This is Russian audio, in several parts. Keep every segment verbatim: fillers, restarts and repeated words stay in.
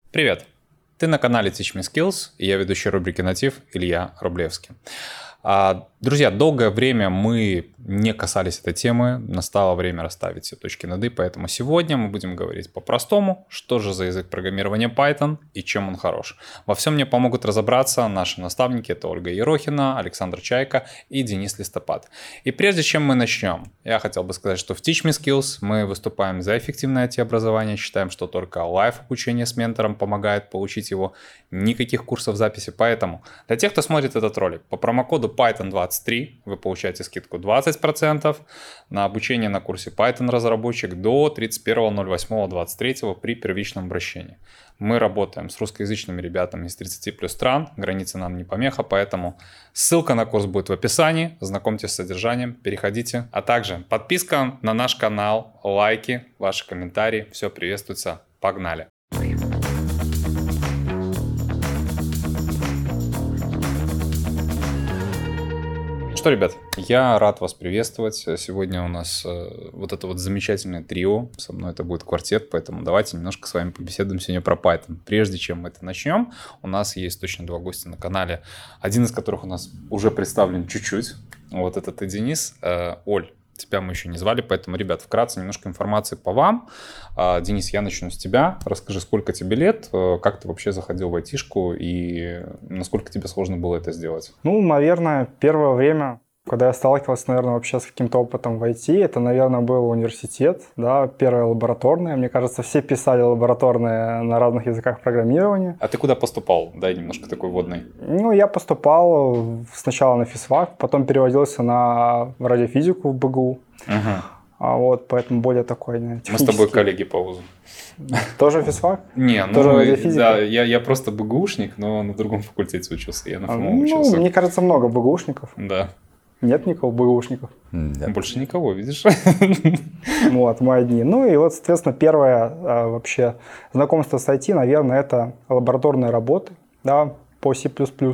Привет! Ты на канале Teach Me Skills, и я ведущий рубрики «Натив» Илья Рублевский. Друзья, долгое время мы не касались этой темы, настало время расставить все точки над «и», поэтому сегодня мы будем говорить по-простому, что же за язык программирования Python и чем он хорош. Во всем мне помогут разобраться наши наставники, это Ольга Ерохина, Александр Чайка и Денис Листопад. И прежде чем мы начнем, я хотел бы сказать, что в Teach Me Skills мы выступаем за эффективное ай ти-образование, считаем, что только лайв-обучение с ментором помогает получить его, никаких курсов записи, поэтому для тех, кто смотрит этот ролик, по промокоду Python двадцать три вы получаете скидку двадцать процентов на обучение на курсе Python разработчик до тридцать первого ноль восьмого двадцать третьего при первичном обращении. Мы работаем с русскоязычными ребятами из тридцати плюс стран, границы нам не помеха, поэтому ссылка на курс будет в описании, знакомьтесь с содержанием, переходите. А также подписка на наш канал, лайки, ваши комментарии, все приветствуется, погнали! Что, ребят, я рад вас приветствовать. Сегодня у нас э, вот это вот замечательное трио. Со мной это будет квартет, поэтому давайте немножко с вами побеседуем сегодня про Python. Прежде чем мы это начнем, у нас есть точно два гостя на канале, один из которых у нас уже представлен чуть-чуть. Вот это ты, Денис. Э, Оль, тебя мы еще не звали, поэтому, ребят, вкратце немножко информации по вам. Э, Денис, я начну с тебя. Расскажи, сколько тебе лет, э, как ты вообще заходил в айтишку и насколько тебе сложно было это сделать? Ну, наверное, первое время, когда я сталкивался, наверное, вообще с каким-то опытом в ай ти, это, наверное, был университет, да, первое лабораторное. Мне кажется, все писали лабораторные на разных языках программирования. А ты куда поступал? Дай немножко такой вводный. Ну, я поступал сначала на физфак, потом переводился на радиофизику в бэ гэ у. Ага. А вот, поэтому более такой, не, Мы с тобой коллеги по вузу. Тоже физфак? Не, ну, Тоже радиофизика? Да, я, я просто бэ гэ ушник, но на другом факультете учился, я на ФМО Ну, учился. мне кажется, много бэ гэ ушников. Да. Нет никого бэ гэ ушников? Да. Больше никого, видишь? Вот, мы одни. Ну и вот, соответственно, первое а, вообще знакомство с ай ти, наверное, это лабораторные работы, да, по C++.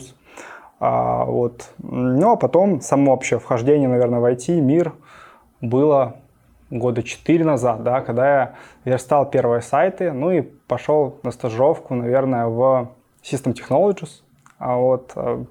А, вот. Ну, а потом само вообще вхождение, наверное, в ай ти мир было года четыре назад, да, когда я верстал первые сайты, ну и пошел на стажировку, наверное, в System Technologies. А вот,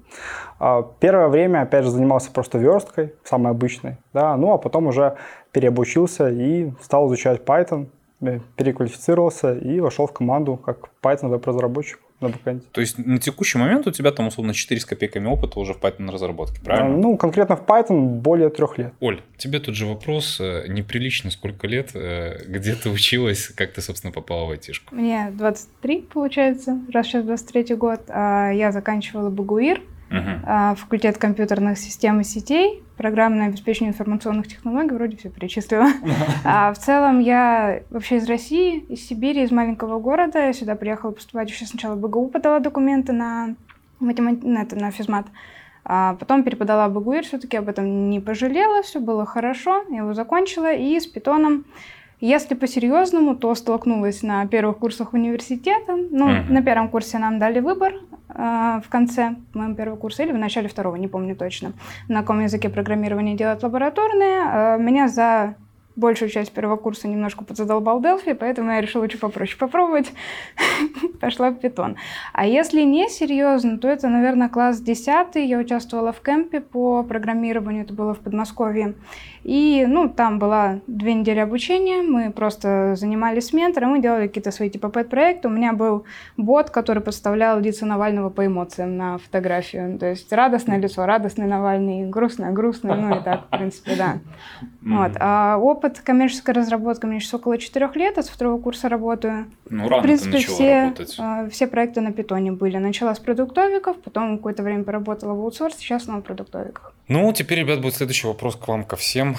а, первое время, опять же, занимался просто версткой, самой обычной, да, ну а потом уже переобучился и стал изучать Python, переквалифицировался и вошел в команду как Python веб-разработчик на бэкэнде. То есть на текущий момент у тебя там условно четыре с копейками опыта уже в Python разработке, правильно? А, ну, конкретно в Python более трех лет. Оль, тебе тут же вопрос, неприлично сколько лет, где ты училась, как ты, собственно, попала в айтишку? Мне двадцать три, получается, раз сейчас двадцать третий год. Я заканчивала бэ гэ у ир, uh-huh. факультет компьютерных систем и сетей, программное обеспечение информационных технологий, вроде все перечислила. А в целом я вообще из России, из Сибири, из маленького города. Я сюда приехала поступать, еще сначала в бэ гэ у подала документы на, математи... на, это, на физмат. А потом переподала бэ гэ у ир, все-таки об этом не пожалела, все было хорошо, я его закончила. И с питоном, если по-серьезному, то столкнулась на первых курсах университета. Ну, uh-huh. на первом курсе нам дали выбор э, в конце моего первого курса или в начале второго, не помню точно, на каком языке программирования делать лабораторные. Э, меня за большую часть первого курса немножко подзадолбал Delphi, поэтому я решила лучше попроще попробовать. Пошла в Python. А если не серьезно, то это, наверное, класс десятый. Я участвовала в кемпе по программированию, это было в Подмосковье. И, ну, там была две недели обучения, мы просто занимались с ментором, мы делали какие-то свои типа пэт-проекты. У меня был бот, который подставлял лица Навального по эмоциям на фотографию. То есть радостное лицо, радостный Навальный, грустное, грустное, ну и так, в принципе, да. Вот. А опыт коммерческой разработки у меня сейчас около четырех лет, а со второго курса работаю. Ну, рано в принципе, ты начала все, работать. все проекты на питоне были. Начала с продуктовиков, потом какое-то время поработала в аутсорсе, сейчас снова в продуктовиках. Ну, теперь, ребят, будет следующий вопрос к вам, ко всем.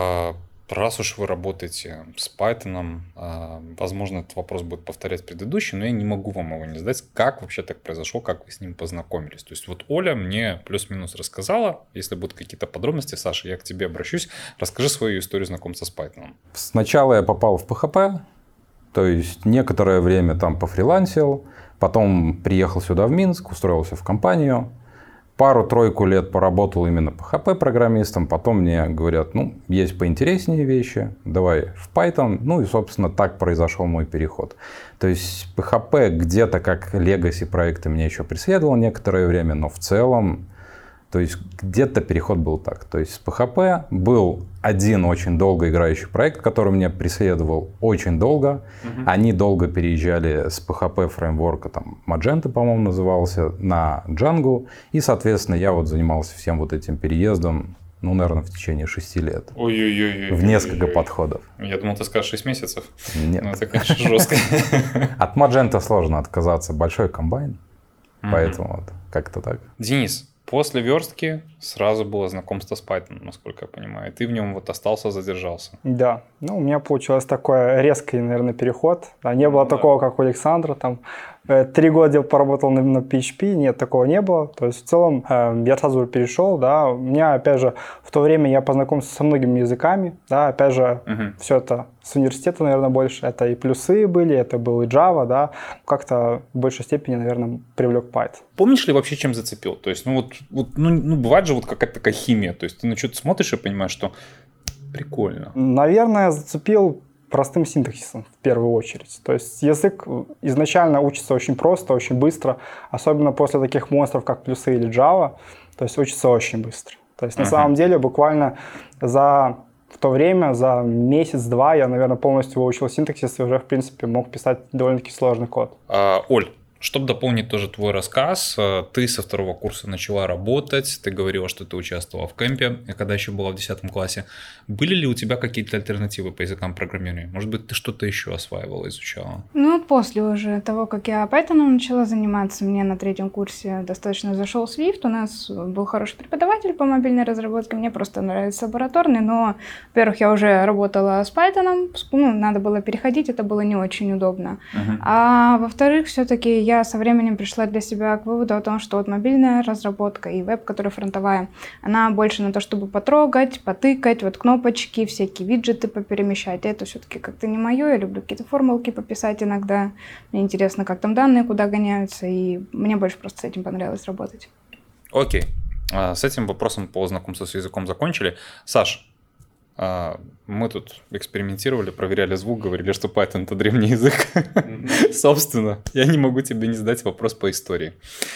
Раз уж вы работаете с Python, возможно, этот вопрос будет повторять предыдущий, но я не могу вам его не задать. Как вообще так произошло, как вы с ним познакомились? То есть вот Оля мне плюс-минус рассказала. Если будут какие-то подробности, Саша, я к тебе обращусь. Расскажи свою историю знакомства с Python. Сначала я попал в пэ хэ пэ, то есть некоторое время там пофрилансил, потом приехал сюда в Минск, устроился в компанию. пару-тройку лет поработал именно пи эйч пи-программистом, потом мне говорят, ну, есть поинтереснее вещи, давай в Python. Ну и, собственно, так произошел мой переход. То есть пи эйч пи где-то как legacy проекты меня еще преследовал некоторое время, но в целом, то есть где-то переход был так. То есть с пи эйч пи был один очень долго играющий проект, который меня преследовал очень долго. Mm-hmm. Они долго переезжали с пи эйч пи фреймворка, там Magento, по-моему, назывался, на Django. И, соответственно, я вот занимался всем вот этим переездом, ну, наверное, в течение шести лет. Ой-ой-ой. В несколько подходов. Я думал, ты скажешь шесть месяцев. Нет. Ну, это, конечно, жестко. От Magento сложно отказаться. Большой комбайн. Mm-hmm. Поэтому вот как-то так. Денис, после верстки сразу было знакомство с Python, насколько я понимаю. Ты в нем вот остался, задержался. Да. Ну, у меня получилось такой резкий, наверное, переход. Да, не было ну, такого, да. как у Александра. Там три года поработал на, на пи эйч пи. Нет, такого не было. То есть в целом э, я сразу перешел. Да. У меня, опять же, в то время я познакомился со многими языками. Да. Опять же, угу. все это с университета, наверное, больше. Это и плюсы были, это был и Java. Да. Как-то в большей степени, наверное, привлек Python. Помнишь ли вообще, чем зацепил? То есть, ну вот, вот ну, ну бывает же вот какая-то такая химия. То есть ты на что-то смотришь и понимаешь, что прикольно. Наверное, зацепил простым синтаксисом в первую очередь. То есть язык изначально учится очень просто, очень быстро, особенно после таких монстров, как плюсы или Java. То есть учится очень быстро. То есть uh-huh. на самом деле буквально за в то время, за месяц-два я, наверное, полностью выучил синтаксис и уже, в принципе, мог писать довольно-таки сложный код. А, Оль, чтобы дополнить тоже твой рассказ, ты со второго курса начала работать, ты говорила, что ты участвовала в кемпе, когда еще была в десятом классе. Были ли у тебя какие-то альтернативы по языкам программирования? Может быть, ты что-то еще осваивала, изучала? Ну, после уже того, как я Python начала заниматься, мне на третьем курсе достаточно зашел Swift. У нас был хороший преподаватель по мобильной разработке, мне просто нравится лабораторный, но, во-первых, я уже работала с Python, ну, надо было переходить, это было не очень удобно. Uh-huh. А во-вторых, все-таки я Я со временем пришла для себя к выводу о том, что вот мобильная разработка и веб, которая фронтовая, она больше на то, чтобы потрогать, потыкать, вот кнопочки, всякие виджеты поперемещать. Это все-таки как-то не мое. Я люблю какие-то формулки пописать иногда. Мне интересно, как там данные куда гоняются, и мне больше просто с этим понравилось работать. Окей. С этим вопросом по знакомству с языком закончили. Саш, мы тут экспериментировали, проверяли звук, говорили, что Python — это древний язык. Mm-hmm. Собственно, я не могу тебе не задать вопрос по истории.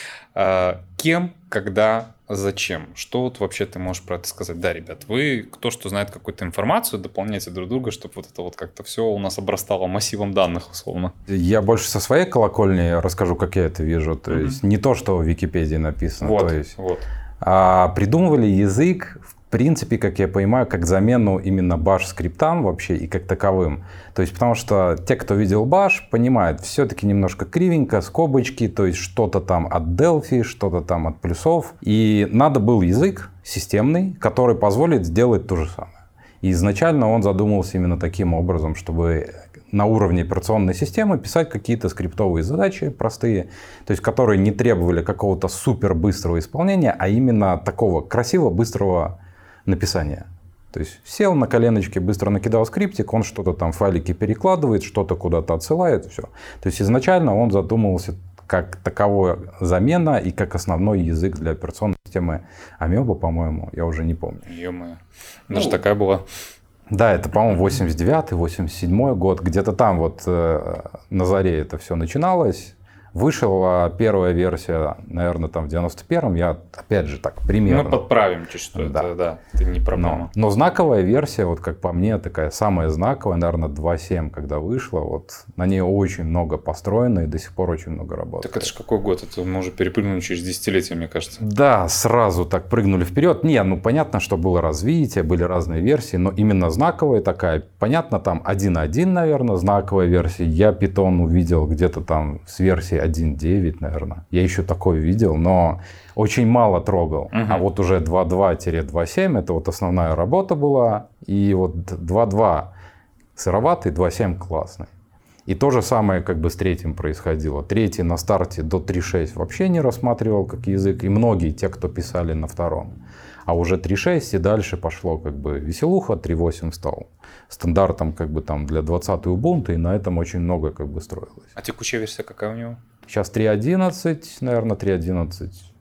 Кем, когда, зачем? Что вот вообще ты можешь про это сказать? Да, ребят, вы, кто что знает какую-то информацию, дополняйте друг друга, чтобы вот это вот как-то все у нас обрастало массивом данных, условно. Я больше со своей колокольни расскажу, как я это вижу. То mm-hmm. есть не то, что в Википедии написано. Вот, то есть, вот. А придумывали язык, в принципе, как я понимаю, как замену именно баш скриптам вообще и как таковым. То есть, потому что те, кто видел баш, понимают, все-таки немножко кривенько, скобочки, то есть что-то там от Delphi, что-то там от плюсов. И надо был язык системный, который позволит сделать то же самое. И изначально он задумывался именно таким образом, чтобы на уровне операционной системы писать какие-то скриптовые задачи простые, то есть которые не требовали какого-то супер быстрого исполнения, а именно такого красивого, быстрого написания. То есть сел на коленочке, быстро накидал скриптик, он что-то там файлики перекладывает, что-то куда-то отсылает, все. То есть изначально он задумывался как таковая замена и как основной язык для операционной системы Amoeba, по-моему, я уже не помню. Ё-моё, даже ну, такая была. Да, это, по-моему, восемьдесят девятый, восемьдесят седьмой год, где-то там вот э, на заре это все начиналось. Вышла первая версия, наверное, там в девяносто первом, я, опять же, так, примерно. Мы подправим чуть что да. это, да, это не проблема. Но, но знаковая версия, вот как по мне, такая самая знаковая, наверное, два точка семь, когда вышла, вот на ней очень много построено и до сих пор очень много работает. Так это же какой год? Это мы уже перепрыгнули через десятилетия, мне кажется. Да, сразу так прыгнули вперед. Не, ну понятно, что было развитие, были разные версии, но именно знаковая такая, понятно, там один точка один, наверное, знаковая версия. Я Python увидел где-то там с версии один точка девять, наверное. Я еще такое видел, но очень мало трогал. Uh-huh. А вот уже два точка два - два точка семь это вот основная работа была. И вот два точка два сыроватый, два точка семь классный. И то же самое как бы с третьим происходило. Третий на старте до три точка шесть вообще не рассматривал как язык. И многие те, кто писали на втором. А уже три точка шесть и дальше пошло как бы веселуха, три точка восемь стал стандартом как бы там для двадцатой Ubuntu, и на этом очень много как бы строилось. А текущая версия какая у него? Сейчас три точка одиннадцать, наверное, три точка одиннадцать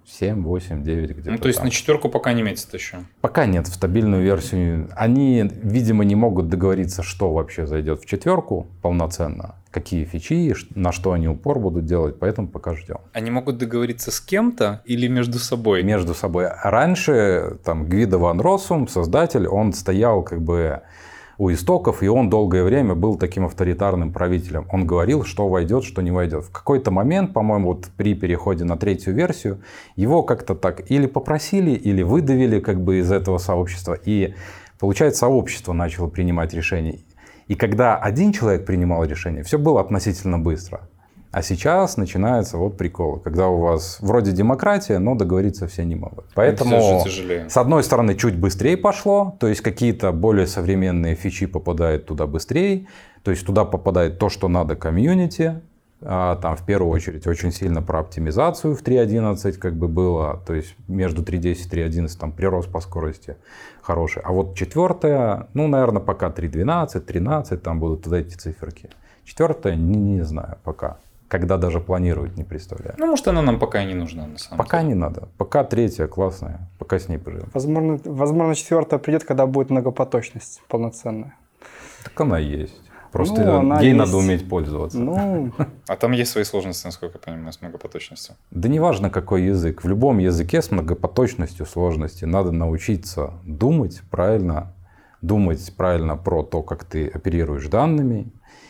семь, восемь, девять где-то. Ну, то есть там. на четверку пока не метит еще? Пока нет, в стабильную версию. Они, видимо, не могут договориться, что вообще зайдет в четверку полноценно, какие фичи, на что они упор будут делать, поэтому пока ждем. Они могут договориться с кем-то или между собой? Между собой. Раньше там Гвидо ван Россум, создатель, он стоял как бы у истоков, и он долгое время был таким авторитарным правителем. Он говорил, что войдет, что не войдет. В какой-то момент, по-моему, вот при переходе на третью версию, его как-то так или попросили, или выдавили как бы из этого сообщества. И, получается, сообщество начало принимать решения. И когда один человек принимал решение, все было относительно быстро. А сейчас начинается вот прикол, когда у вас вроде демократия, но договориться все не могут. Поэтому, с одной стороны, чуть быстрее пошло, то есть какие-то более современные фичи попадают туда быстрее, то есть туда попадает то, что надо комьюнити. А там в первую очередь очень сильно про оптимизацию в три одиннадцать как бы было, то есть между три десять и три одиннадцать там прирост по скорости хороший. А вот четвертая, ну, наверное, пока три двенадцать, тринадцать, там будут вот эти циферки. Четвертая, не, не знаю пока. Когда даже планировать не представляю. Ну, может, она нам пока и не нужна, на самом пока деле. не надо. Пока третья классная. Пока с ней поживем. Возможно, возможно, четвертая придет, когда будет многопоточность полноценная. Так она есть. Просто ну, ей есть... надо уметь пользоваться. Ну... А там есть свои сложности, насколько я понимаю, с многопоточностью. Да неважно, какой язык. В любом языке с многопоточностью сложности надо научиться думать правильно, думать правильно про то, как ты оперируешь данными.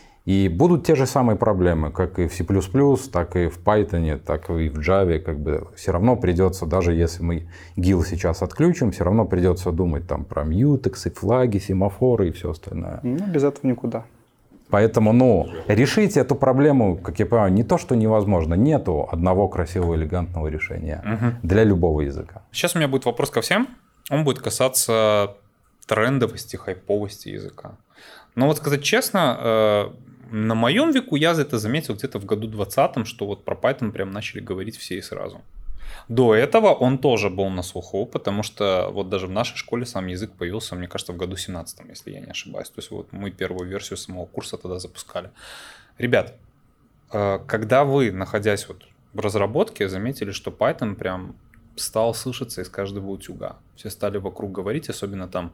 И будут те же самые проблемы, как и в C++, так и в Python, так и в Java. Как бы все равно придется, даже если мы гил сейчас отключим, все равно придется думать там про мьютексы, флаги, семафоры и все остальное. Ну, без этого никуда. Поэтому, ну, решить эту проблему, как я понимаю, не то, что невозможно. Нету одного красивого, элегантного решения угу. для любого языка. Сейчас у меня будет вопрос ко всем. Он будет касаться трендовости, хайповости языка. Но вот сказать честно, на моем веку я это заметил где-то в году двадцатом, что вот про Python прям начали говорить все и сразу. До этого он тоже был на слуху, потому что вот даже в нашей школе сам язык появился, мне кажется, в году семнадцатом, если я не ошибаюсь. То есть вот мы первую версию самого курса тогда запускали. Ребят, когда вы, находясь вот в разработке, заметили, что Python прям стал слышаться из каждого утюга. Все стали вокруг говорить, особенно там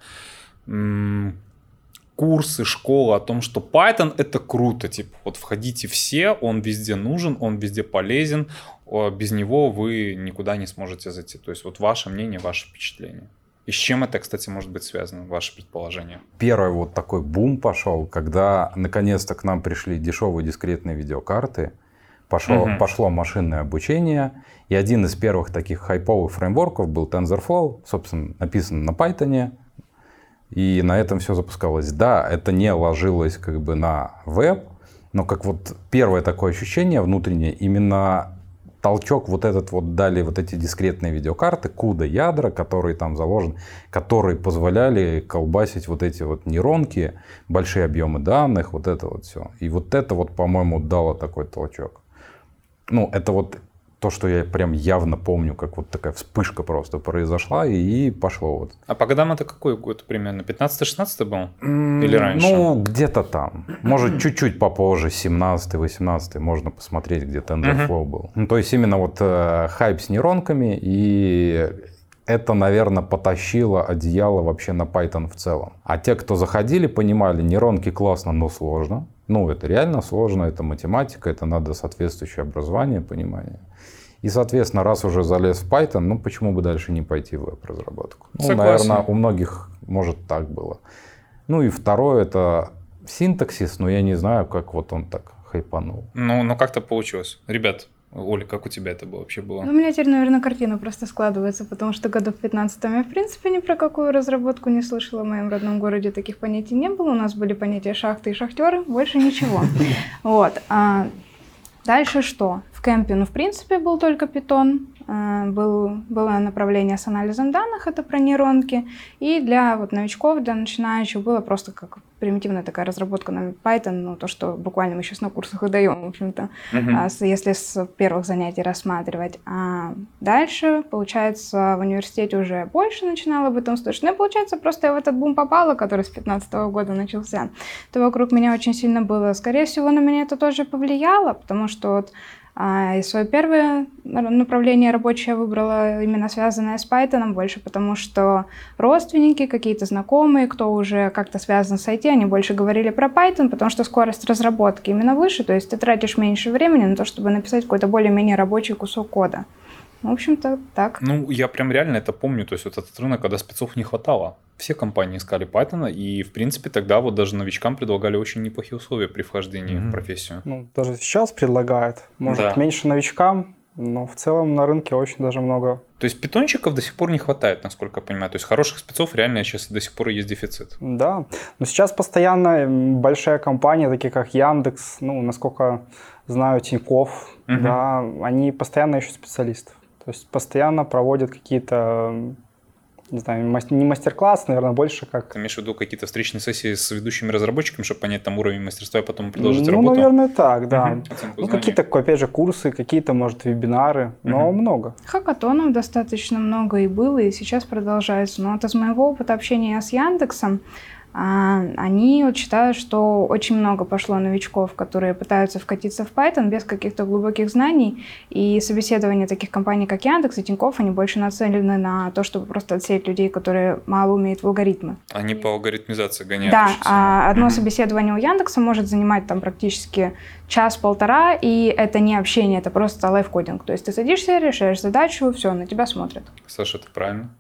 м- курсы, школа о том, что Python это круто. Типа вот входите все, он везде нужен, он везде полезен. Без него вы никуда не сможете зайти. То есть вот ваше мнение, ваше впечатление. И с чем это, кстати, может быть связано, ваше предположение? Первый вот такой бум пошел, когда наконец-то к нам пришли дешевые дискретные видеокарты. Пошло, угу. пошло машинное обучение. И один из первых таких хайповых фреймворков был TensorFlow, собственно, написан на Python. И на этом все запускалось. Да, это не ложилось как бы на веб, но как вот первое такое ощущение внутреннее, именно толчок вот этот вот дали вот эти дискретные видеокарты, куда ядра, которые там заложены, которые позволяли колбасить вот эти вот нейронки, большие объемы данных, вот это вот все. И вот это вот, по-моему, дало такой толчок. Ну, это вот то, что я прям явно помню, как вот такая вспышка просто произошла, и пошло вот. А по годам это какой год примерно? пятнадцатый-шестнадцатый был? Или раньше? Ну, где-то там. Может, чуть-чуть попозже, семнадцатый-восемнадцатый, можно посмотреть, где TensorFlow uh-huh. был. Ну, то есть именно вот э, хайп с нейронками, и это, наверное, потащило одеяло вообще на Python в целом. А те, кто заходили, понимали, нейронки классно, но сложно. Ну, это реально сложно, это математика, это надо соответствующее образование, понимание. И, соответственно, раз уже залез в Python, ну, почему бы дальше не пойти в веб-разработку? Ну, наверное, у многих, может, так было. Ну, и второе, это синтаксис, но я не знаю, как вот он так хайпанул. Ну, но как-то получилось. Ребят, Оля, как у тебя это вообще было? Ну, у меня теперь, наверное, картина просто складывается, потому что году в пятнадцатом я, в принципе, ни про какую разработку не слышала. В моем родном городе таких понятий не было. У нас были понятия шахты и шахтеры, больше ничего. Вот. А дальше что? В кемпе, ну, в принципе, был только Python. Был, было направление с анализом данных, это про нейронки. И для вот новичков, для начинающих было просто как примитивная такая разработка на Python, ну, то, что буквально мы сейчас на курсах и даем, в общем-то, uh-huh. если с первых занятий рассматривать. А дальше, получается, в университете уже больше начинала об этом слышать. Ну, и, получается, просто я в этот бум попала, который с пятнадцатого года начался. То вокруг меня очень сильно было. Скорее всего, на меня это тоже повлияло, потому что вот И свое первое направление рабочее я выбрала именно связанное с Python, больше потому, что родственники, какие-то знакомые, кто уже как-то связан с ай ти, они больше говорили про Python, потому что скорость разработки именно выше, то есть ты тратишь меньше времени на то, чтобы написать какой-то более-менее рабочий кусок кода. В общем-то, так. Ну, я прям реально это помню, то есть вот этот рынок, когда спецов не хватало. Все компании искали Python, и, в принципе, тогда вот даже новичкам предлагали очень неплохие условия при вхождении mm-hmm. в профессию. Ну, даже сейчас предлагают. Может, да. меньше новичкам, но в целом на рынке очень даже много. То есть питончиков до сих пор не хватает, насколько я понимаю. То есть хороших спецов реально сейчас до сих пор есть дефицит. Да, но сейчас постоянно большая компания, такие как Яндекс, ну, насколько знаю, Тинькофф, mm-hmm. да, они постоянно ищут специалистов. То есть постоянно проводят какие-то, не знаю, не мастер-класс, наверное, больше как... Ты имеешь в виду какие-то встречные сессии с ведущими разработчиками, чтобы понять там уровень мастерства и потом продолжить ну, работу? Ну, наверное, так, да. Угу. Ну, какие-то, опять же, курсы, какие-то, может, вебинары, но угу. много. Хакатонов достаточно много и было, и сейчас продолжается. Но вот из моего опыта общения с Яндексом, они вот считают, что очень много пошло новичков, которые пытаются вкатиться в Python без каких-то глубоких знаний, и собеседования таких компаний, как Яндекс и Тинькофф, они больше нацелены на то, чтобы просто отсеять людей, которые мало умеют в алгоритмы. Они по алгоритмизации гоняют. Да, а одно mm-hmm. собеседование у Яндекса может занимать там практически час-полтора, и это не общение, это просто лайфкодинг. То есть ты садишься, решаешь задачу, все, на тебя смотрят. Саша, это правильно?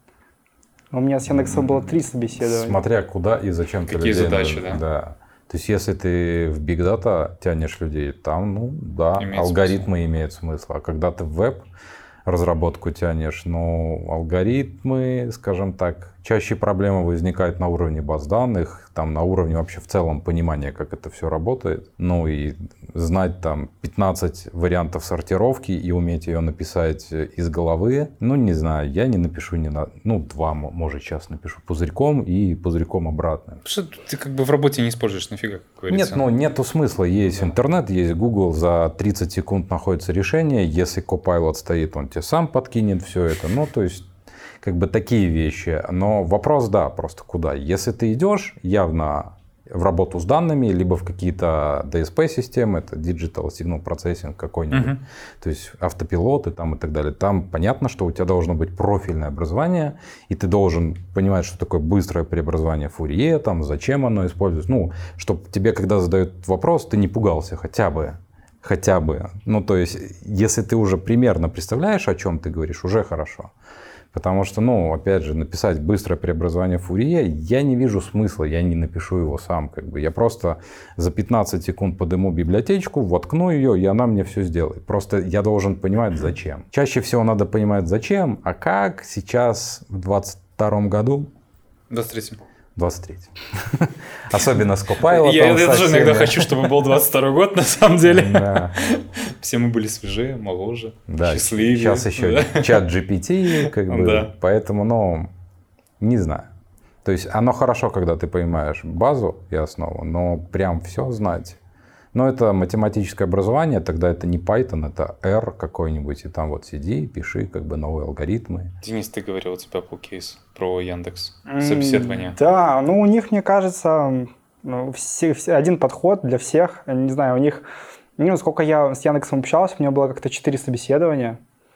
У меня с Яндексом было три собеседования. Смотря куда и зачем ты людей. Какие задачи, да? Да. То есть, если ты в Big Data тянешь людей, там, ну, да, имеет алгоритмы смысл. имеют смысл. А когда ты в веб-разработку тянешь, ну, алгоритмы, скажем так, чаще проблемы возникают на уровне баз данных, там, на уровне вообще в целом понимания, как это все работает. Ну, и знать там пятнадцать вариантов сортировки и уметь ее написать из головы, ну, не знаю, я не напишу ни на... Ну, два, может, сейчас напишу пузырьком и пузырьком обратно. Потому что ты как бы в работе не используешь нафига, как говорится. Нет, ну, нету смысла. Есть да. интернет, есть Google, за тридцать секунд находится решение. Если Copilot стоит, он тебе сам подкинет все это. Ну, то есть, как бы такие вещи. Но вопрос, да, просто куда? Если ты идешь явно в работу с данными, либо в какие-то ди эс пи-системы, это Digital Signal Processing какой-нибудь, uh-huh. то есть автопилоты там и так далее, там понятно, что у тебя должно быть профильное образование, и ты должен понимать, что такое быстрое преобразование Фурье, там, зачем оно используется, ну, чтобы тебе, когда задают вопрос, ты не пугался хотя бы, хотя бы. Ну, то есть, если ты уже примерно представляешь, о чем ты говоришь, уже хорошо. Потому что, ну, опять же, написать быстрое преобразование Фурье, я не вижу смысла, я не напишу его сам. Как бы. Я просто за пятнадцать секунд подыму библиотечку, воткну ее, и она мне все сделает. Просто я должен понимать, зачем. Чаще всего надо понимать, зачем, а как сейчас в двадцать втором году. двадцать третьем. двадцать третьем. Особенно с Copilot. Я тоже иногда хочу, чтобы был двадцать второй год, на самом деле. Все мы были свежее, моложе, счастливее. Сейчас еще чат джи пи ти, как бы, поэтому, ну, не знаю. То есть оно хорошо, когда ты понимаешь базу и основу, но прям все знать. Но это математическое образование, тогда это не Python, это R какой-нибудь, и там вот сиди, пиши как бы новые алгоритмы. Денис, ты говорил, у тебя был кейс про Яндекс, собеседование. Да, ну у них, мне кажется, все, все, один подход для всех, не знаю, у них, ну, сколько я с Яндексом общался, у меня было как-то четыре собеседования,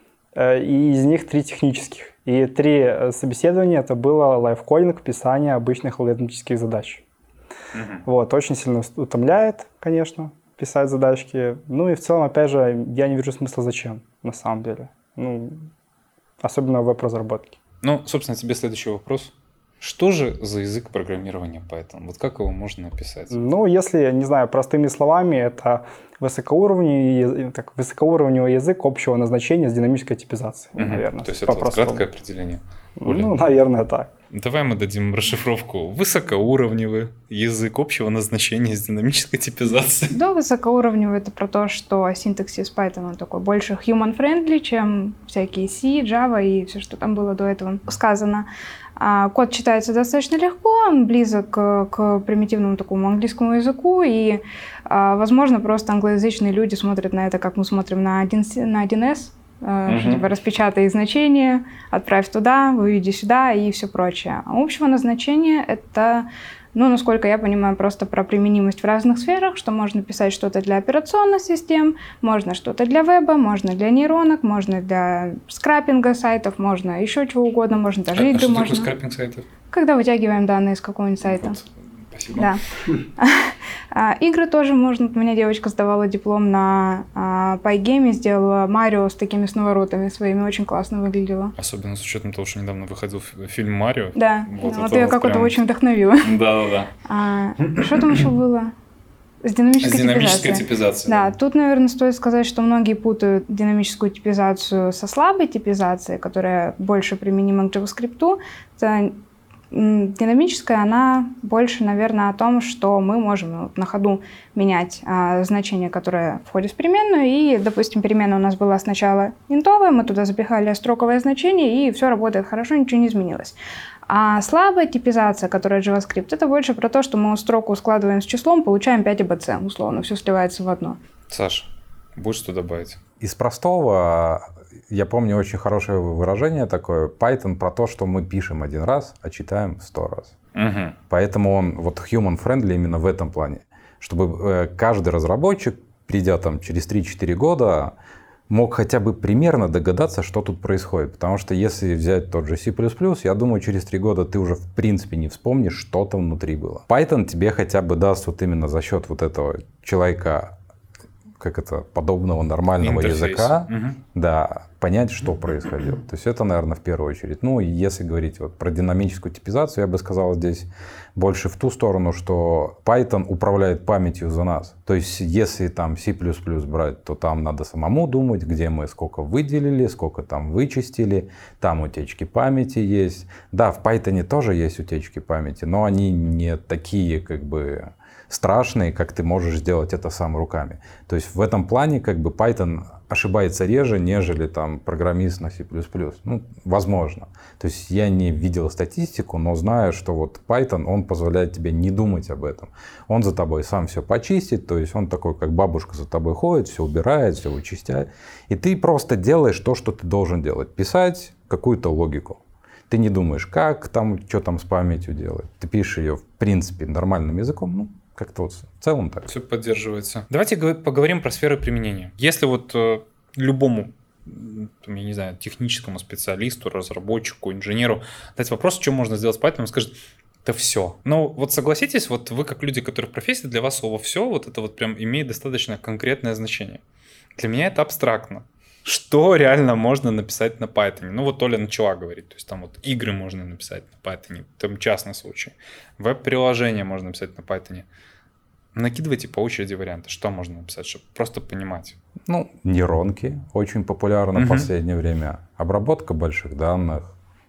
и из них три технических. И три собеседования это было лайфкодинг, писание обычных алгоритмических задач. Uh-huh. Вот, очень сильно утомляет, конечно, писать задачки. Ну и в целом, опять же, я не вижу смысла зачем, на самом деле. Ну, особенно в веб-разработке. Ну, собственно, тебе следующий вопрос. Что же за язык программирования Python? Вот как его можно написать? Ну, если, не знаю, простыми словами, это высокоуровневый, так, высокоуровневый язык общего назначения с динамической типизацией, uh-huh. наверное. То есть это вот краткое определение? Более. Ну, наверное, так. Давай мы дадим расшифровку. Высокоуровневый язык общего назначения с динамической типизацией. Да, высокоуровневый — это про то, что синтаксис Python он такой больше human-friendly, чем всякие C, Java и все, что там было до этого сказано. А код читается достаточно легко, он близок к, к примитивному такому английскому языку, и, а, возможно, просто англоязычные люди смотрят на это, как мы смотрим на один эс. Uh-huh. Типа распечатай значение, отправь туда, выведи сюда и все прочее. А общего назначения — это Ну, насколько я понимаю, просто про применимость в разных сферах, что можно писать что-то для операционных систем, можно что-то для веба, можно для нейронок, можно для скрапинга сайтов, можно еще чего угодно, можно даже а, игры. А что можно. такое скрапинг сайтов? Когда вытягиваем данные из какого-нибудь сайта. Вот. Спасибо. Да. А, игры тоже можно. У меня девочка сдавала диплом на а, Pygame, сделала Марио с такими сноворотами своими, очень классно выглядело. Особенно с учетом того, что недавно выходил фильм «Марио». Да, вот, вот это ее вот как-то прям... очень вдохновило. Да-да-да. А, что там еще было? С динамической, С динамической типизацией. типизацией. Да, тут, наверное, стоит сказать, что многие путают динамическую типизацию со слабой типизацией, которая больше применима к JavaScript. Это динамическая, она больше, наверное, о том, что мы можем на ходу менять а, значение, которое входит в переменную. И, допустим, переменная у нас была сначала интовая, мы туда запихали строковое значение, и все работает хорошо, ничего не изменилось. А слабая типизация, которая JavaScript, это больше про то, что мы строку складываем с числом, получаем пять эй би си, условно, все сливается в одно. Саш, будешь что добавить? Из простого, я помню очень хорошее выражение такое, Python про то, что мы пишем один раз, а читаем сто раз. Угу. Поэтому он вот human-friendly именно в этом плане. Чтобы каждый разработчик, придя там через три-четыре года, мог хотя бы примерно догадаться, что тут происходит. Потому что если взять тот же C++, я думаю, через три года ты уже в принципе не вспомнишь, что там внутри было. Python тебе хотя бы даст вот именно за счет вот этого человека, как это, подобного нормального Интерфейс. языка, Угу. да, понять, что происходило. То есть это, наверное, в первую очередь. Ну, и если говорить вот про динамическую типизацию, я бы сказал здесь больше в ту сторону, что Python управляет памятью за нас. То есть если там C++ брать, то там надо самому думать, где мы сколько выделили, сколько там вычистили, там утечки памяти есть. Да, в Python тоже есть утечки памяти, но они не такие, как бы, страшные, как ты можешь сделать это сам руками. То есть в этом плане как бы Python ошибается реже, нежели там программист на C++. Ну, возможно. То есть я не видел статистику, но знаю, что вот Python, он позволяет тебе не думать об этом. Он за тобой сам все почистит, то есть он такой, как бабушка за тобой ходит, все убирает, все вычищает. И ты просто делаешь то, что ты должен делать. Писать какую-то логику. Ты не думаешь, как там, что там с памятью делать. Ты пишешь ее, в принципе, нормальным языком, ну, как-то вот в целом так. Все поддерживается. Давайте поговорим про сферы применения. Если вот э, любому, там, я не знаю, техническому специалисту, разработчику, инженеру дать вопрос, что можно сделать с Python, он скажет, да все. Ну вот согласитесь, вот вы как люди, которые в профессии, для вас слово «все» вот это вот прям имеет достаточно конкретное значение. Для меня это абстрактно. Что реально можно написать на Python? Ну вот Оля начала говорить, то есть там вот игры можно написать на Python, там частный случай. Веб-приложение можно написать на Python. Накидывайте по очереди варианты, что можно написать, чтобы просто понимать. Ну, нейронки очень популярны Угу. в последнее время. Обработка больших данных.